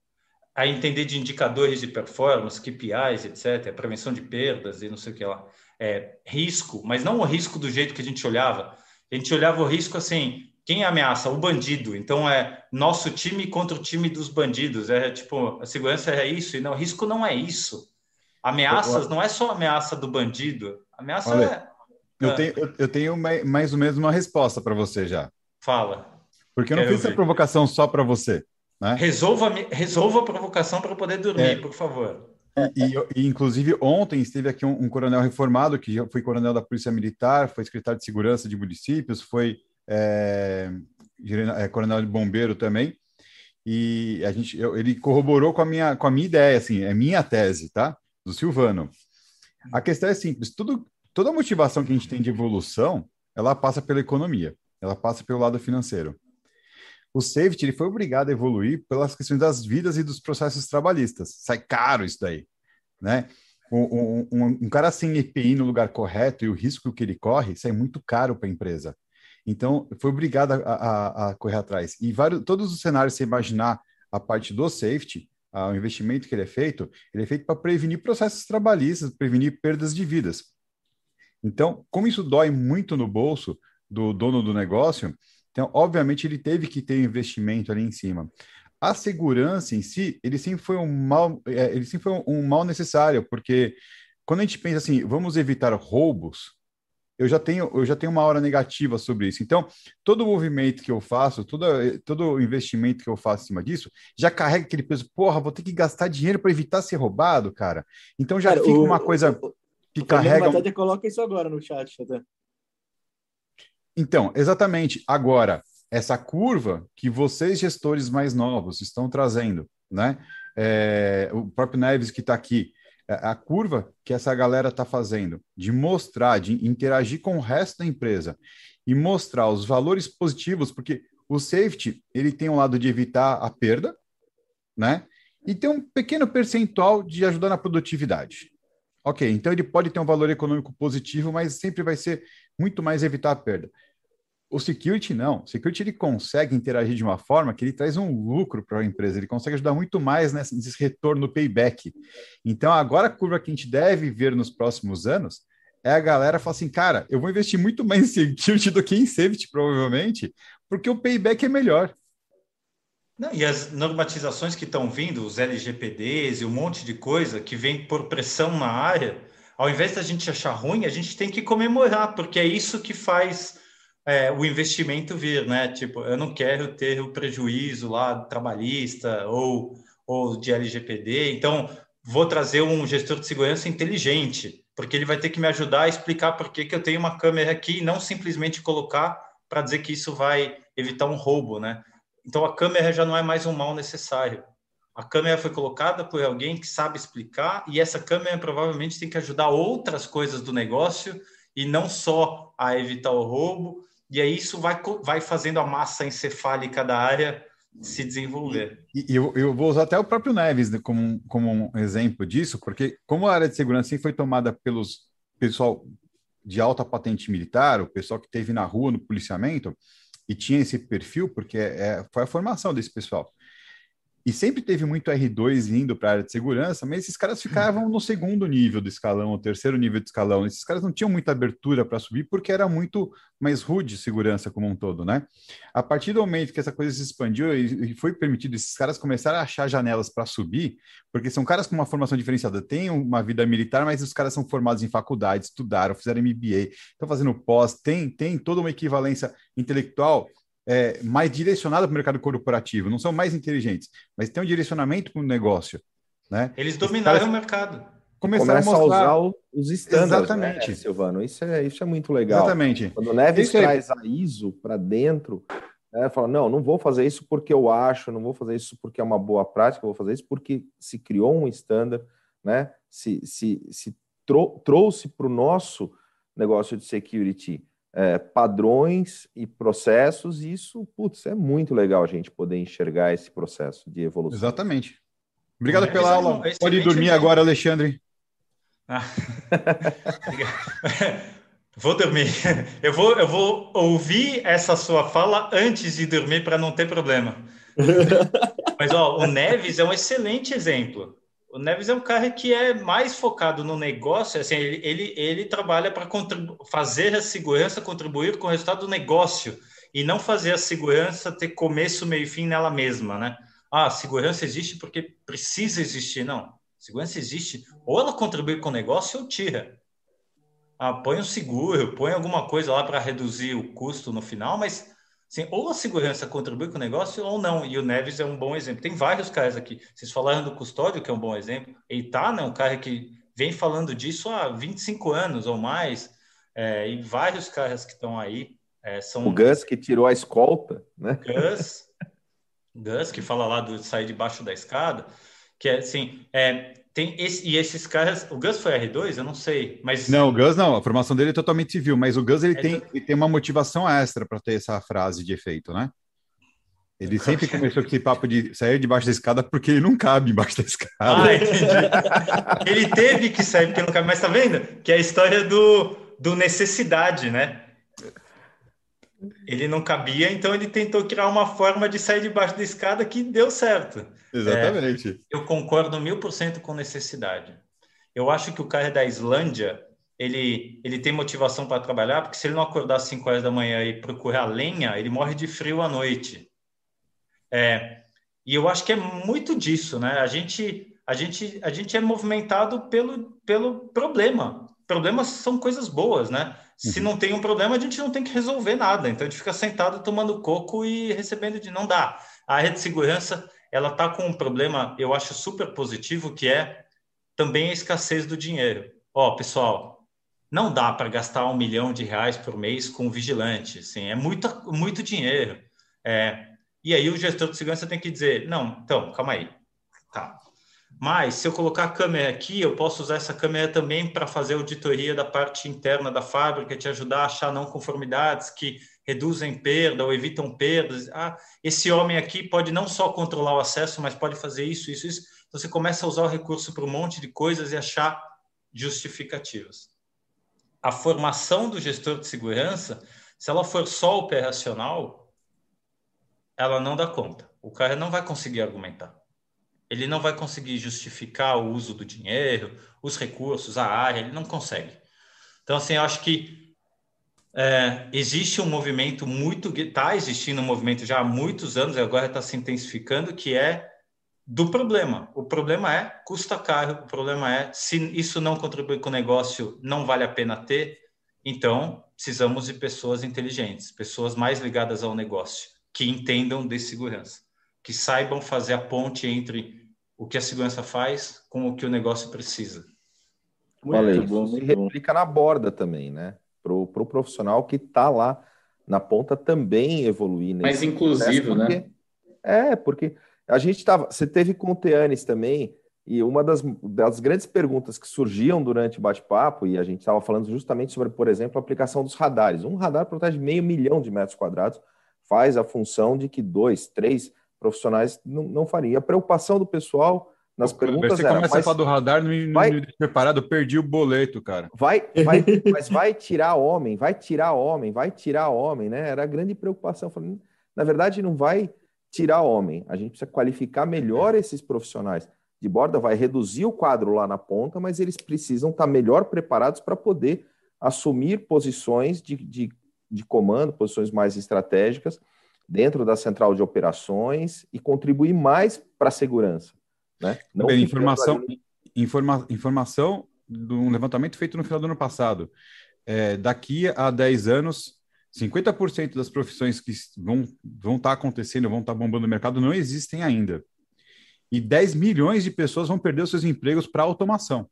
[SPEAKER 5] a entender de indicadores de performance, K P Is, etcétera, prevenção de perdas e não sei o que lá. É, risco, mas não o risco do jeito que a gente olhava. A gente olhava o risco assim, quem ameaça? O bandido. Então, é nosso time contra o time dos bandidos. É tipo, a segurança é isso, e não, risco não é isso. Ameaças não é só a ameaça do bandido. A ameaça
[SPEAKER 3] Olha,
[SPEAKER 5] é...
[SPEAKER 3] Eu tenho, eu, eu tenho mais ou menos uma resposta para você já.
[SPEAKER 5] Fala.
[SPEAKER 3] Porque eu não
[SPEAKER 5] Quero
[SPEAKER 3] fiz essa
[SPEAKER 5] ouvir.
[SPEAKER 3] provocação só para você. Né?
[SPEAKER 5] Resolva, resolva a provocação para eu poder dormir,
[SPEAKER 3] É.
[SPEAKER 5] por favor.
[SPEAKER 3] E, e, e, inclusive, ontem esteve aqui um, um coronel reformado, que já foi coronel da Polícia Militar, foi secretário de Segurança de Municípios, foi é, é, coronel de Bombeiro também, e a gente, eu, ele corroborou com a, minha, com a minha ideia, assim, é minha tese, tá? Do Silvano. A questão é simples, tudo, toda a motivação que a gente tem de evolução, ela passa pela economia, ela passa pelo lado financeiro. O safety ele foi obrigado a evoluir pelas questões das vidas e dos processos trabalhistas. Sai caro isso daí, né? Um, um, um cara sem E P I no lugar correto e o risco que ele corre sai muito caro para a empresa. Então, foi obrigado a, a, a correr atrás. E vários, todos os cenários, se você imaginar a parte do safety, a, o investimento que ele é feito, ele é feito para prevenir processos trabalhistas, prevenir perdas de vidas. Então, como isso dói muito no bolso do dono do negócio, então, obviamente, ele teve que ter investimento ali em cima. A segurança em si, ele sempre foi um mal, é, ele sempre foi um, um mal necessário, porque quando a gente pensa assim, vamos evitar roubos, eu já tenho, eu já tenho uma hora negativa sobre isso. Então, todo movimento que eu faço, todo, todo investimento que eu faço em cima disso, já carrega aquele peso, porra, vou ter que gastar dinheiro para evitar ser roubado, cara. Então já cara, fica o, uma coisa o, que
[SPEAKER 1] o
[SPEAKER 3] carrega...
[SPEAKER 1] Até coloca isso agora no chat, até.
[SPEAKER 3] Então, exatamente. Agora, essa curva que vocês, gestores mais novos, estão trazendo, né? É, o próprio Neves que está aqui, a curva que essa galera está fazendo, de mostrar, de interagir com o resto da empresa e mostrar os valores positivos, porque o safety, ele tem um lado de evitar a perda, né? E tem um pequeno percentual de ajudar na produtividade. Ok, então ele pode ter um valor econômico positivo, mas sempre vai ser muito mais evitar a perda. O security não. O security ele consegue interagir de uma forma que ele traz um lucro para a empresa, ele consegue ajudar muito mais nesse retorno payback. Então, agora a curva que a gente deve ver nos próximos anos é a galera falar assim, cara, eu vou investir muito mais em security do que em safety, provavelmente, porque o payback é melhor.
[SPEAKER 5] Não, e as normatizações que estão vindo, os L G P Ds e um monte de coisa que vem por pressão na área, ao invés da gente achar ruim, a gente tem que comemorar, porque é isso que faz é, o investimento vir, né? Tipo, eu não quero ter o prejuízo lá trabalhista ou, ou de L G P D, então vou trazer um gestor de segurança inteligente, porque ele vai ter que me ajudar a explicar por que, que eu tenho uma câmera aqui e não simplesmente colocar para dizer que isso vai evitar um roubo, né? Então, a câmera já não é mais um mal necessário. A câmera foi colocada por alguém que sabe explicar e essa câmera provavelmente tem que ajudar outras coisas do negócio e não só a evitar o roubo. E aí isso vai, vai fazendo a massa encefálica da área se desenvolver.
[SPEAKER 3] E, e eu, eu vou usar até o próprio Neves como, como um exemplo disso, porque como a área de segurança sempre foi tomada pelos pessoal de alta patente militar, o pessoal que esteve na rua no policiamento, e tinha esse perfil, porque é, foi a formação desse pessoal. E sempre teve muito R dois indo para a área de segurança, mas esses caras ficavam no segundo nível do escalão, o terceiro nível de escalão. Esses caras não tinham muita abertura para subir, porque era muito mais rude segurança como um todo, né? A partir do momento que essa coisa se expandiu e foi permitido esses caras começarem a achar janelas para subir, porque são caras com uma formação diferenciada, têm uma vida militar, mas os caras são formados em faculdade, estudaram, fizeram M B A, estão fazendo pós, tem, tem toda uma equivalência intelectual É, mais direcionado para o mercado corporativo, não são mais inteligentes, mas tem um direcionamento para o negócio, né?
[SPEAKER 5] Eles dominaram o mercado.
[SPEAKER 2] Começaram
[SPEAKER 3] Começa
[SPEAKER 2] a mostrar a usar os estándares,
[SPEAKER 3] exatamente,
[SPEAKER 2] né, Silvano? Isso é, isso é muito legal.
[SPEAKER 3] Exatamente.
[SPEAKER 2] Quando o Neves
[SPEAKER 3] isso
[SPEAKER 2] traz a I S O para dentro, né, fala, não, não vou fazer isso porque eu acho, não vou fazer isso porque é uma boa prática, eu vou fazer isso porque se criou um estándar, né? Se, se, se trou- trouxe para o nosso negócio de security É, padrões e processos, e isso, putz, é muito legal a gente poder enxergar esse processo de evolução.
[SPEAKER 3] Exatamente. Obrigado
[SPEAKER 5] É,
[SPEAKER 3] pela
[SPEAKER 5] é
[SPEAKER 3] aula.
[SPEAKER 5] um
[SPEAKER 3] Pode dormir
[SPEAKER 5] exemplo.
[SPEAKER 3] agora, Alexandre.
[SPEAKER 5] Ah. Vou dormir. Eu vou, eu vou ouvir essa sua fala antes de dormir para não ter problema. Mas ó, o Neves é um excelente exemplo. O Neves é um cara que é mais focado no negócio, assim, ele, ele, ele trabalha para fazer a segurança contribuir com o resultado do negócio e não fazer a segurança ter começo, meio e fim nela mesma, né? Ah, a segurança existe porque precisa existir. Não, a segurança existe ou ela contribui com o negócio ou tira. Ah, põe um seguro, põe alguma coisa lá para reduzir o custo no final, mas assim, ou a segurança contribui com o negócio ou não. E o Neves é um bom exemplo. Tem vários caras aqui. Vocês falaram do Custódio, que é um bom exemplo. Eitan é um cara que vem falando disso há vinte e cinco anos ou mais. É, e vários caras que estão aí. É, são
[SPEAKER 2] O Gus que tirou a escolta, né?
[SPEAKER 5] Gus, Gus que fala lá do sair debaixo da escada. Que é assim, é, tem esse, e esses caras... O Gus foi R dois? Eu não sei, mas...
[SPEAKER 3] Não, o Gus não, a formação dele é totalmente civil, mas o Gus ele,
[SPEAKER 5] É
[SPEAKER 3] tem,
[SPEAKER 5] to-
[SPEAKER 3] ele tem uma motivação extra para ter essa frase de efeito, né? Ele sempre começou com esse papo de sair debaixo da escada porque ele não cabe embaixo da escada.
[SPEAKER 5] Ah, entendi. Ele teve que sair porque não cabe, mas tá vendo? Que é a história do, do necessidade, né? Ele não cabia, então ele tentou criar uma forma de sair debaixo da escada que deu certo.
[SPEAKER 3] Exatamente.
[SPEAKER 5] É, eu concordo mil por cento com necessidade. Eu acho que o cara da Islândia, ele, ele tem motivação para trabalhar, porque se ele não acordar às cinco horas da manhã e procurar lenha, ele morre de frio à noite. É, e eu acho que é muito disso, né? A gente, a gente, a gente é movimentado pelo, pelo problema. Problemas são coisas boas, né? Se não tem um problema, a gente não tem que resolver nada. Então, a gente fica sentado tomando coco e recebendo de... Não dá. A área de segurança, ela está com um problema, eu acho super positivo, que é também a escassez do dinheiro. Ó, pessoal, não dá para gastar um milhão de reais por mês com vigilante. Assim, é muito, muito dinheiro. É, e aí o gestor de segurança tem que dizer, não, então, calma aí. Tá. Mas, se eu colocar a câmera aqui, eu posso usar essa câmera também para fazer auditoria da parte interna da fábrica, te ajudar a achar não conformidades que reduzem perda ou evitam perdas. Ah, esse homem aqui pode não só controlar o acesso, mas pode fazer isso, isso, isso. Então, você começa a usar o recurso para um monte de coisas e achar justificativas. A formação do gestor de segurança Se ela for só operacional, ela não dá conta. O cara não vai conseguir argumentar. Ele não vai conseguir justificar o uso do dinheiro, os recursos, a área, ele não consegue. Então, assim, eu acho que é, existe um movimento muito... Está existindo um movimento já há muitos anos, e agora está se intensificando, que é do problema. O problema é, custa caro, o problema é, se isso não contribui com o negócio, não vale a pena ter, então precisamos de pessoas inteligentes, pessoas mais ligadas ao negócio, que entendam de segurança, que saibam fazer a ponte entre o que a segurança faz com o que o negócio precisa.
[SPEAKER 2] Muito Olha, bom, isso se replica na borda também, né? Para o pro profissional que está lá na ponta também evoluir.
[SPEAKER 4] Mais inclusivo,
[SPEAKER 2] porque,
[SPEAKER 4] né?
[SPEAKER 2] É, porque a gente estava... Você teve com o Teanes também, e uma das, das grandes perguntas que surgiam durante o bate-papo, e a gente estava falando justamente sobre, por exemplo, a aplicação dos radares. Um radar protege meio milhão de metros quadrados, faz a função de que dois, três profissionais não, não fariam. A preocupação do pessoal nas
[SPEAKER 3] Pô,
[SPEAKER 2] perguntas
[SPEAKER 3] você
[SPEAKER 2] era...
[SPEAKER 3] começa
[SPEAKER 2] mas,
[SPEAKER 3] a falar do radar, não me,
[SPEAKER 2] vai,
[SPEAKER 3] não me deixa preparado, eu perdi o boleto, cara.
[SPEAKER 2] Vai, vai, mas vai tirar homem, vai tirar homem, vai tirar homem, né? Era a grande preocupação. Falando, na verdade, não vai tirar homem. A gente precisa qualificar melhor esses profissionais de borda, vai reduzir o quadro lá na ponta, mas eles precisam estar melhor preparados para poder assumir posições de, de, de comando, posições mais estratégicas dentro da central de operações e contribuir mais para a segurança. Né? Não
[SPEAKER 3] Bem, informação, informa, informação de um levantamento feito no final do ano passado. É, daqui a dez anos, cinquenta por cento das profissões que vão, vão estar acontecendo, vão estar bombando no mercado, não existem ainda. E dez milhões de pessoas vão perder os seus empregos para automação.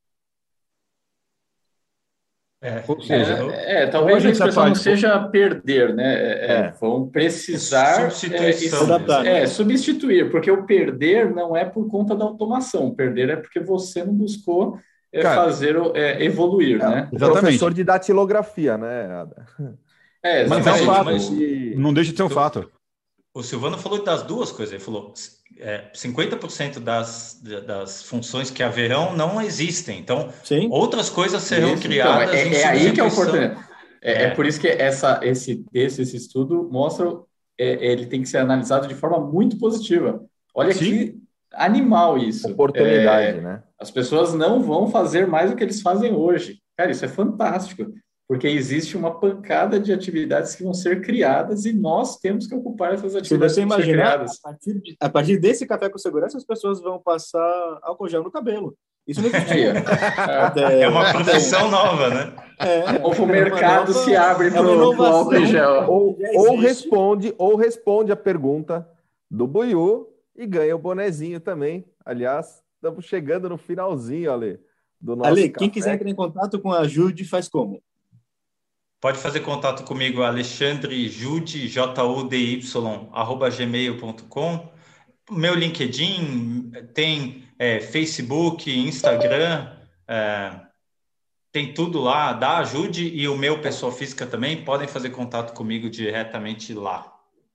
[SPEAKER 4] É, Ou seja, é, é, talvez a expressão não seja perder, né? É, é. Vão precisar
[SPEAKER 5] substituição,
[SPEAKER 4] é, é, substituir, porque o perder não é por conta da automação, o perder é porque você não buscou é, Cara, fazer é, evoluir,
[SPEAKER 2] é,
[SPEAKER 4] né?
[SPEAKER 2] Exatamente. Professor de datilografia, né?
[SPEAKER 4] É,
[SPEAKER 3] mas não, mas não deixa de ser um fato.
[SPEAKER 5] O Silvano falou das duas coisas, ele falou é, cinquenta por cento das, das funções que haverão não existem, então Sim. outras coisas serão Isso, criadas então, é, em
[SPEAKER 4] é aí que é o oportunidade. É, é. é por isso que essa, esse, esse, esse estudo mostra, é, ele tem que ser analisado de forma muito positiva. Olha Sim. que animal isso.
[SPEAKER 2] Oportunidade, é, né?
[SPEAKER 4] As pessoas não vão fazer mais do que eles fazem hoje. Cara, isso é fantástico. Porque existe uma pancada de atividades que vão ser criadas e nós temos que ocupar essas atividades.
[SPEAKER 1] Se você imaginar, a partir, de, a partir desse café com segurança, as pessoas vão passar álcool gel no cabelo. Isso não existia.
[SPEAKER 5] É, é uma profissão nova, né?
[SPEAKER 4] É, ou o mercado nova, se abre para o álcool gel.
[SPEAKER 2] Ou, ou, responde, ou responde a pergunta do Buiú e ganha o bonezinho também. Aliás, estamos chegando no finalzinho, Ale, do nosso
[SPEAKER 1] Ale,
[SPEAKER 2] café.
[SPEAKER 1] Quem quiser entrar em contato com a Jude, faz como?
[SPEAKER 5] Pode fazer contato comigo, Alexandre Jude, J U D Y, arroba gmail ponto com. Meu LinkedIn, tem é, Facebook, Instagram, é, tem tudo lá, da Ajude, e o meu pessoa física também, podem fazer contato comigo diretamente lá.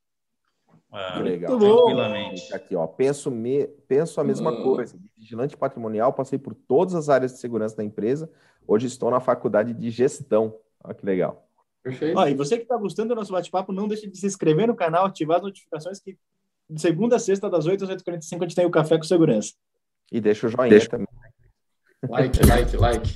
[SPEAKER 2] É, Legal. Tranquilamente. Aqui, ó, penso, me, penso a mesma uhum. coisa. Vigilante patrimonial, passei por todas as áreas de segurança da empresa, hoje estou na faculdade de gestão. Olha que legal.
[SPEAKER 1] Perfeito. Ó, e você que está gostando do nosso bate-papo, não deixe de se inscrever no canal, ativar as notificações, que de segunda a sexta, das oito às oito e quarenta e cinco, a gente tem o Café com Segurança.
[SPEAKER 2] E deixa o joinha
[SPEAKER 4] deixa.
[SPEAKER 2] também.
[SPEAKER 4] Like, like, like.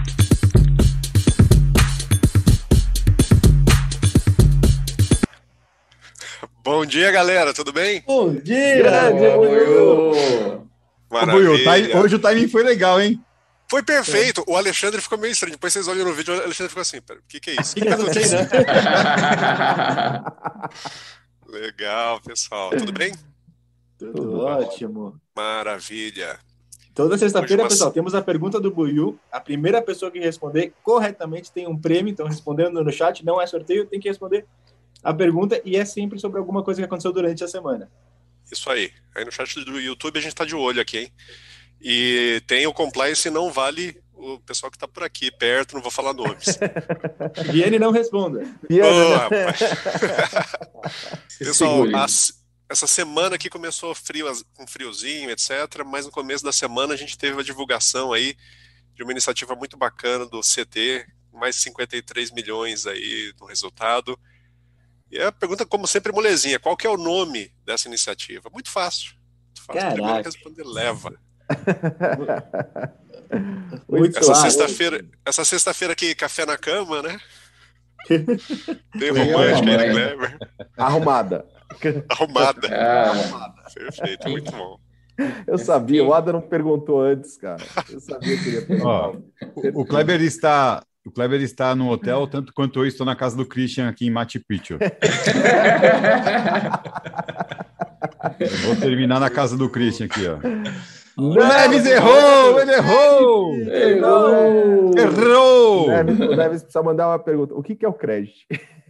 [SPEAKER 6] Bom dia, galera, tudo bem?
[SPEAKER 1] Bom dia!
[SPEAKER 2] Grande,
[SPEAKER 6] Buiú! Maravilha!
[SPEAKER 3] Buiú, hoje o timing foi legal, hein?
[SPEAKER 6] Foi perfeito. O Alexandre ficou meio estranho. Depois vocês olham no vídeo, o Alexandre ficou assim, pera, o que, que é isso? O que, que tá acontecendo? Legal, pessoal. Tudo bem?
[SPEAKER 1] Tudo, Tudo ótimo.
[SPEAKER 6] Maravilha.
[SPEAKER 1] Toda sexta-feira, uma... pessoal, temos a pergunta do Buiú. A primeira pessoa que responder corretamente tem um prêmio. Então, respondendo no chat, não é sorteio, tem que responder a pergunta e é sempre sobre alguma coisa que aconteceu durante a semana.
[SPEAKER 6] Isso aí. Aí no chat do YouTube a gente tá de olho aqui, hein? E tem o compliance, não vale o pessoal que está por aqui perto, não vou falar nomes.
[SPEAKER 1] Viane não responda.
[SPEAKER 6] Oh, pessoal, as, essa semana aqui começou frio, com friozinho, etcétera. Mas no começo da semana a gente teve uma divulgação aí de uma iniciativa muito bacana do C T, mais cinquenta e três milhões aí no resultado. E a pergunta, como sempre, molezinha, qual que é o nome dessa iniciativa? Muito fácil. Muito fácil.
[SPEAKER 1] Caraca.
[SPEAKER 6] Primeiro responder, leva.
[SPEAKER 1] Muito
[SPEAKER 6] Essa
[SPEAKER 1] claro.
[SPEAKER 6] sexta-feira, essa sexta-feira aqui, café na cama, né? Bem
[SPEAKER 4] Legal,
[SPEAKER 6] romântica aí,
[SPEAKER 4] mãe.
[SPEAKER 6] Kleber.
[SPEAKER 2] Arrumada.
[SPEAKER 6] Arrumada.
[SPEAKER 4] Ah,
[SPEAKER 6] Perfeito, muito bom.
[SPEAKER 2] Eu sabia, o Ada não perguntou antes, cara. Eu sabia que ele ia perguntar.
[SPEAKER 3] Ó, o, o Kleber está, o Kleber está no hotel, tanto quanto eu estou na casa do Christian aqui em Machu Picchu. Eu vou terminar na casa do Christian aqui, ó. O Neves errou! Ele errou!
[SPEAKER 4] errou!
[SPEAKER 3] Errou!
[SPEAKER 2] O Neves, o Neves precisa mandar uma pergunta. O que, que é o crédito?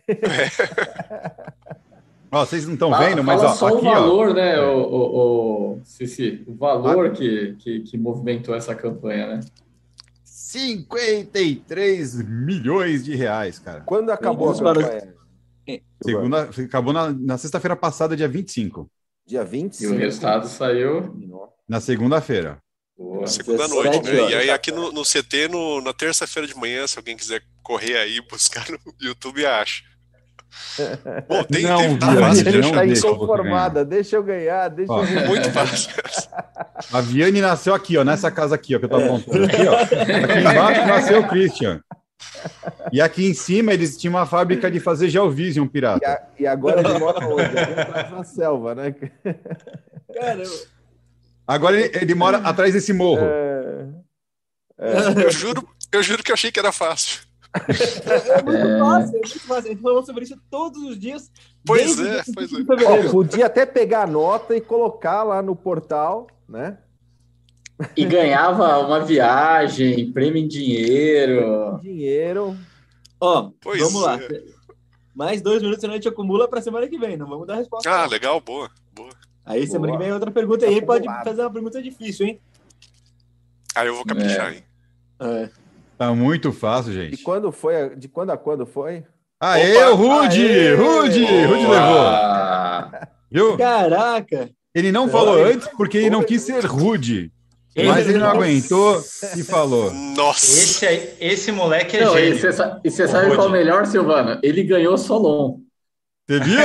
[SPEAKER 3] Ó, vocês não estão
[SPEAKER 4] Fala-
[SPEAKER 3] vendo, mas
[SPEAKER 4] fala
[SPEAKER 3] ó,
[SPEAKER 4] só
[SPEAKER 3] aqui,
[SPEAKER 4] o valor,
[SPEAKER 3] ó.
[SPEAKER 4] né, o, o, o, Cici, o valor que, que, que movimentou essa campanha, né?
[SPEAKER 3] cinquenta e três milhões de reais, cara.
[SPEAKER 2] Quando acabou a
[SPEAKER 1] Vamos para os-
[SPEAKER 2] campanha?
[SPEAKER 3] Segunda, acabou na, na sexta-feira passada, dia vinte e cinco.
[SPEAKER 2] Dia vinte e
[SPEAKER 4] E
[SPEAKER 2] cinco.
[SPEAKER 4] o resultado saiu.
[SPEAKER 3] Na segunda-feira.
[SPEAKER 4] Boa.
[SPEAKER 6] Segunda
[SPEAKER 1] dezessete
[SPEAKER 6] noite, né?
[SPEAKER 1] horas.
[SPEAKER 6] E aí aqui no, no C T, no, na terça-feira de manhã, se alguém quiser correr aí e buscar no YouTube, acha. Bom, tem,
[SPEAKER 3] Não,
[SPEAKER 6] tem tá
[SPEAKER 3] Vianney,
[SPEAKER 6] fácil de
[SPEAKER 2] Ele
[SPEAKER 3] não
[SPEAKER 6] achar.
[SPEAKER 2] tá
[SPEAKER 3] deixa você
[SPEAKER 2] inconformada. Deixa eu ganhar, deixa
[SPEAKER 3] Ó.
[SPEAKER 2] eu ganhar.
[SPEAKER 6] Muito fácil.
[SPEAKER 3] A Vianney nasceu aqui, ó, nessa casa aqui, ó, que eu tô apontando aqui, ó. Aqui embaixo nasceu o Christian. E aqui em cima eles tinham uma fábrica de fazer Geovision
[SPEAKER 2] E,
[SPEAKER 3] pirata.
[SPEAKER 2] a- e agora ele mora onde? Ele atrás na selva, né?
[SPEAKER 1] Cara, eu-
[SPEAKER 3] Agora ele, ele mora atrás desse morro.
[SPEAKER 2] É,
[SPEAKER 6] Eu juro, eu juro que eu achei que era fácil.
[SPEAKER 1] é muito fácil, é muito fácil. A gente falou sobre isso todos os dias.
[SPEAKER 6] Pois
[SPEAKER 1] desde
[SPEAKER 6] é,
[SPEAKER 1] o dia
[SPEAKER 6] pois
[SPEAKER 1] cinco
[SPEAKER 6] é.
[SPEAKER 1] de fevereiro.
[SPEAKER 2] Ó, podia até pegar a nota e colocar lá no portal, né?
[SPEAKER 4] E ganhava uma viagem, prêmio em dinheiro.
[SPEAKER 2] Dinheiro.
[SPEAKER 1] Ó,
[SPEAKER 6] Pois
[SPEAKER 1] vamos lá.
[SPEAKER 6] é.
[SPEAKER 1] Mais dois minutos, senão a gente acumula para semana que vem. Não vamos dar resposta.
[SPEAKER 6] Ah, legal, boa, boa.
[SPEAKER 1] Aí semana
[SPEAKER 2] Boa.
[SPEAKER 1] que vem é outra pergunta. E aí pode
[SPEAKER 2] Acumulado.
[SPEAKER 1] fazer uma pergunta difícil, hein?
[SPEAKER 6] Aí eu vou caprichar, hein?
[SPEAKER 1] É.
[SPEAKER 3] Tá muito fácil,
[SPEAKER 2] De
[SPEAKER 3] gente.
[SPEAKER 2] quando foi? De quando a quando foi?
[SPEAKER 3] Aê,
[SPEAKER 6] Opa!
[SPEAKER 3] o Rude!
[SPEAKER 2] Aê!
[SPEAKER 3] Rude! Rude levou.
[SPEAKER 4] Boa.
[SPEAKER 3] Viu?
[SPEAKER 1] Caraca!
[SPEAKER 3] Ele não falou antes porque ele não quis ser rude. Mas ele não aguentou e falou.
[SPEAKER 6] Nossa!
[SPEAKER 5] Esse, aí, esse moleque é
[SPEAKER 4] Não, e
[SPEAKER 5] gênio.
[SPEAKER 4] você sa- e você
[SPEAKER 5] Ô,
[SPEAKER 4] sabe qual é o
[SPEAKER 5] Rodi.
[SPEAKER 4] melhor, Silvano? Ele ganhou Solon.
[SPEAKER 3] Você viu?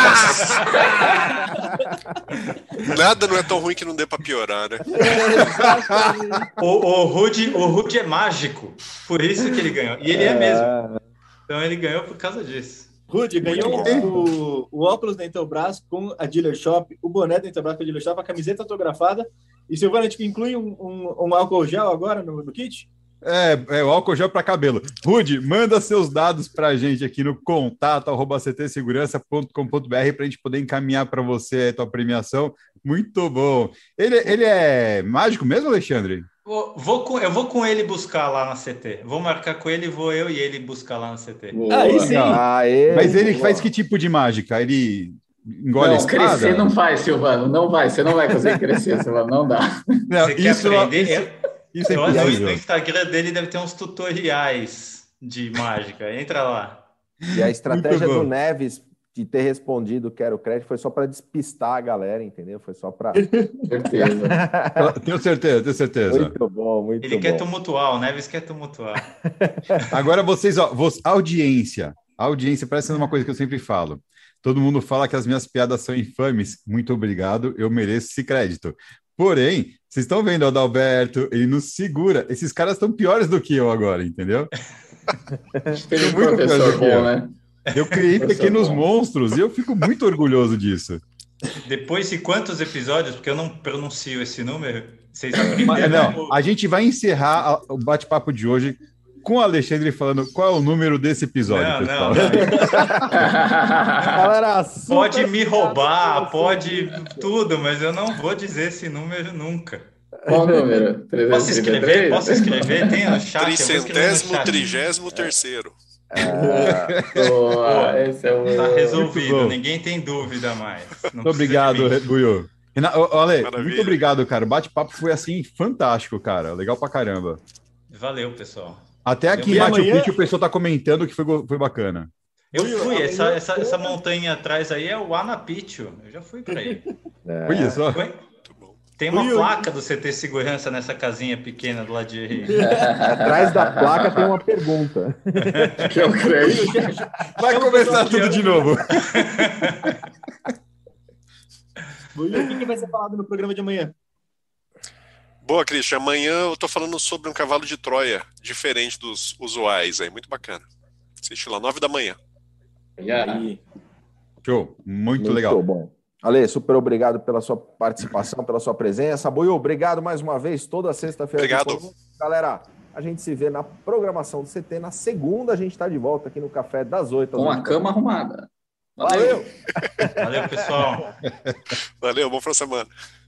[SPEAKER 6] Nada não é tão ruim que não dê pra piorar, né?
[SPEAKER 5] O, o, Rude, o Rude é mágico, por isso que ele ganhou. E ele é mesmo. Então ele ganhou por causa disso.
[SPEAKER 1] Rude ganhou o, o óculos da Intelbras com a Dealer Shop, o boné da Intelbras com a Dealer Shop, a camiseta autografada. E Silvana, a gente inclui um, um, um álcool gel agora no, no kit?
[SPEAKER 3] É, é o álcool gel para cabelo. Rude, manda seus dados para a gente aqui no contato arroba c t segurança ponto com ponto b r para a gente poder encaminhar para você a tua premiação. Muito bom. Ele, ele é mágico mesmo, Alexandre?
[SPEAKER 5] Vou, vou com, eu vou com ele buscar lá na C T. Vou marcar com ele, vou eu e ele buscar lá na C T.
[SPEAKER 4] Boa.
[SPEAKER 1] Aí sim.
[SPEAKER 2] Aê,
[SPEAKER 3] Mas ele
[SPEAKER 2] boa.
[SPEAKER 3] faz que tipo de mágica? Ele engole a
[SPEAKER 4] Não,
[SPEAKER 3] espada?
[SPEAKER 4] crescer não vai, Silvano. Não vai. Você não vai conseguir crescer, Silvano. Não dá.
[SPEAKER 3] Não,
[SPEAKER 5] Você quer
[SPEAKER 3] isso,
[SPEAKER 5] aprender?
[SPEAKER 3] isso, isso é
[SPEAKER 5] Eu acho que no
[SPEAKER 3] impossível.
[SPEAKER 5] Instagram dele deve ter uns tutoriais de mágica. Entra lá.
[SPEAKER 2] E a estratégia
[SPEAKER 3] Muito bom.
[SPEAKER 2] do Neves de ter respondido quero crédito foi só para despistar a galera, entendeu? Foi só para.
[SPEAKER 4] Certeza.
[SPEAKER 3] Tenho certeza, tenho certeza.
[SPEAKER 2] Muito bom, muito
[SPEAKER 5] Ele
[SPEAKER 2] bom.
[SPEAKER 5] quer tumultuar, o Neves quer tumultuar.
[SPEAKER 3] Agora vocês, ó, vos- audiência. Audiência parece uma coisa que eu sempre falo. Todo mundo fala que as minhas piadas são infames. Muito obrigado, eu mereço esse crédito. Porém, vocês estão vendo o Adalberto, ele nos segura. Esses caras estão piores do que eu agora, entendeu?
[SPEAKER 4] Teve um
[SPEAKER 3] Muito
[SPEAKER 4] professor
[SPEAKER 3] prazer,
[SPEAKER 4] bom, né?
[SPEAKER 3] Eu criei
[SPEAKER 4] Professor
[SPEAKER 3] pequenos
[SPEAKER 4] bom.
[SPEAKER 3] monstros e eu fico muito orgulhoso disso.
[SPEAKER 5] Depois de quantos episódios, porque eu não pronuncio esse número, vocês
[SPEAKER 3] Mas,
[SPEAKER 5] aprenderam?
[SPEAKER 3] não, a gente vai encerrar a- o bate-papo de hoje com o Alexandre falando qual é o número desse episódio,
[SPEAKER 5] Não,
[SPEAKER 3] pessoal.
[SPEAKER 5] não, não.
[SPEAKER 2] Galera, super
[SPEAKER 5] Pode me
[SPEAKER 2] obrigado
[SPEAKER 5] roubar,
[SPEAKER 2] pelo
[SPEAKER 5] pode
[SPEAKER 2] seu-
[SPEAKER 5] tudo, mas eu não vou dizer esse número nunca.
[SPEAKER 4] Qual o número?
[SPEAKER 5] Posso escrever? Posso escrever? Tem no chat? Eu vou escrever no
[SPEAKER 6] Tricentésimo,
[SPEAKER 5] chat.
[SPEAKER 6] trigésimo terceiro.
[SPEAKER 2] É,
[SPEAKER 4] Boa, esse é o...
[SPEAKER 5] Tá
[SPEAKER 3] Muito
[SPEAKER 5] resolvido,
[SPEAKER 3] bom.
[SPEAKER 5] ninguém tem dúvida mais. Não
[SPEAKER 3] Muito obrigado,
[SPEAKER 5] precisa de mim.
[SPEAKER 3] Buiu. Rena- ô, Ale,
[SPEAKER 6] Maravilha.
[SPEAKER 3] muito obrigado, cara. O bate-papo foi assim fantástico, cara. Legal pra caramba.
[SPEAKER 5] Valeu, pessoal.
[SPEAKER 3] Até aqui em
[SPEAKER 1] E
[SPEAKER 3] Machu
[SPEAKER 1] amanhã-
[SPEAKER 3] Picchu o pessoal tá comentando que foi, go- foi bacana.
[SPEAKER 5] Eu
[SPEAKER 1] Will,
[SPEAKER 5] fui,
[SPEAKER 1] amanhã-
[SPEAKER 5] essa, essa, essa montanha atrás aí é o Anapicho. Eu já fui pra aí.
[SPEAKER 2] é.
[SPEAKER 3] Olha só.
[SPEAKER 5] Foi?
[SPEAKER 6] Muito bom.
[SPEAKER 5] Tem uma
[SPEAKER 1] Ui,
[SPEAKER 5] placa do C T Segurança nessa casinha pequena do lado de...
[SPEAKER 2] Atrás da placa tem uma pergunta.
[SPEAKER 4] Que é o crédito.
[SPEAKER 3] Vai começar tudo de novo.
[SPEAKER 1] Buiu, o que, que vai ser falado no programa de amanhã?
[SPEAKER 6] Boa, Christian. Amanhã eu tô falando sobre um cavalo de Troia, diferente dos usuais aí. Muito bacana. Assiste lá, nove da manhã.
[SPEAKER 4] Yeah.
[SPEAKER 1] Aí.
[SPEAKER 3] Show, muito,
[SPEAKER 2] Muito
[SPEAKER 3] legal.
[SPEAKER 2] bom. Ale, super obrigado pela sua participação, pela sua presença. Buiu, obrigado mais uma vez, toda sexta-feira. aqui
[SPEAKER 6] Obrigado.
[SPEAKER 2] conosco. Galera, a gente se vê na programação do C T. Na segunda, a gente está de volta aqui no Café das oito.
[SPEAKER 4] Com a cama arrumada.
[SPEAKER 2] Valeu!
[SPEAKER 5] Valeu, pessoal.
[SPEAKER 6] Valeu, bom final de semana.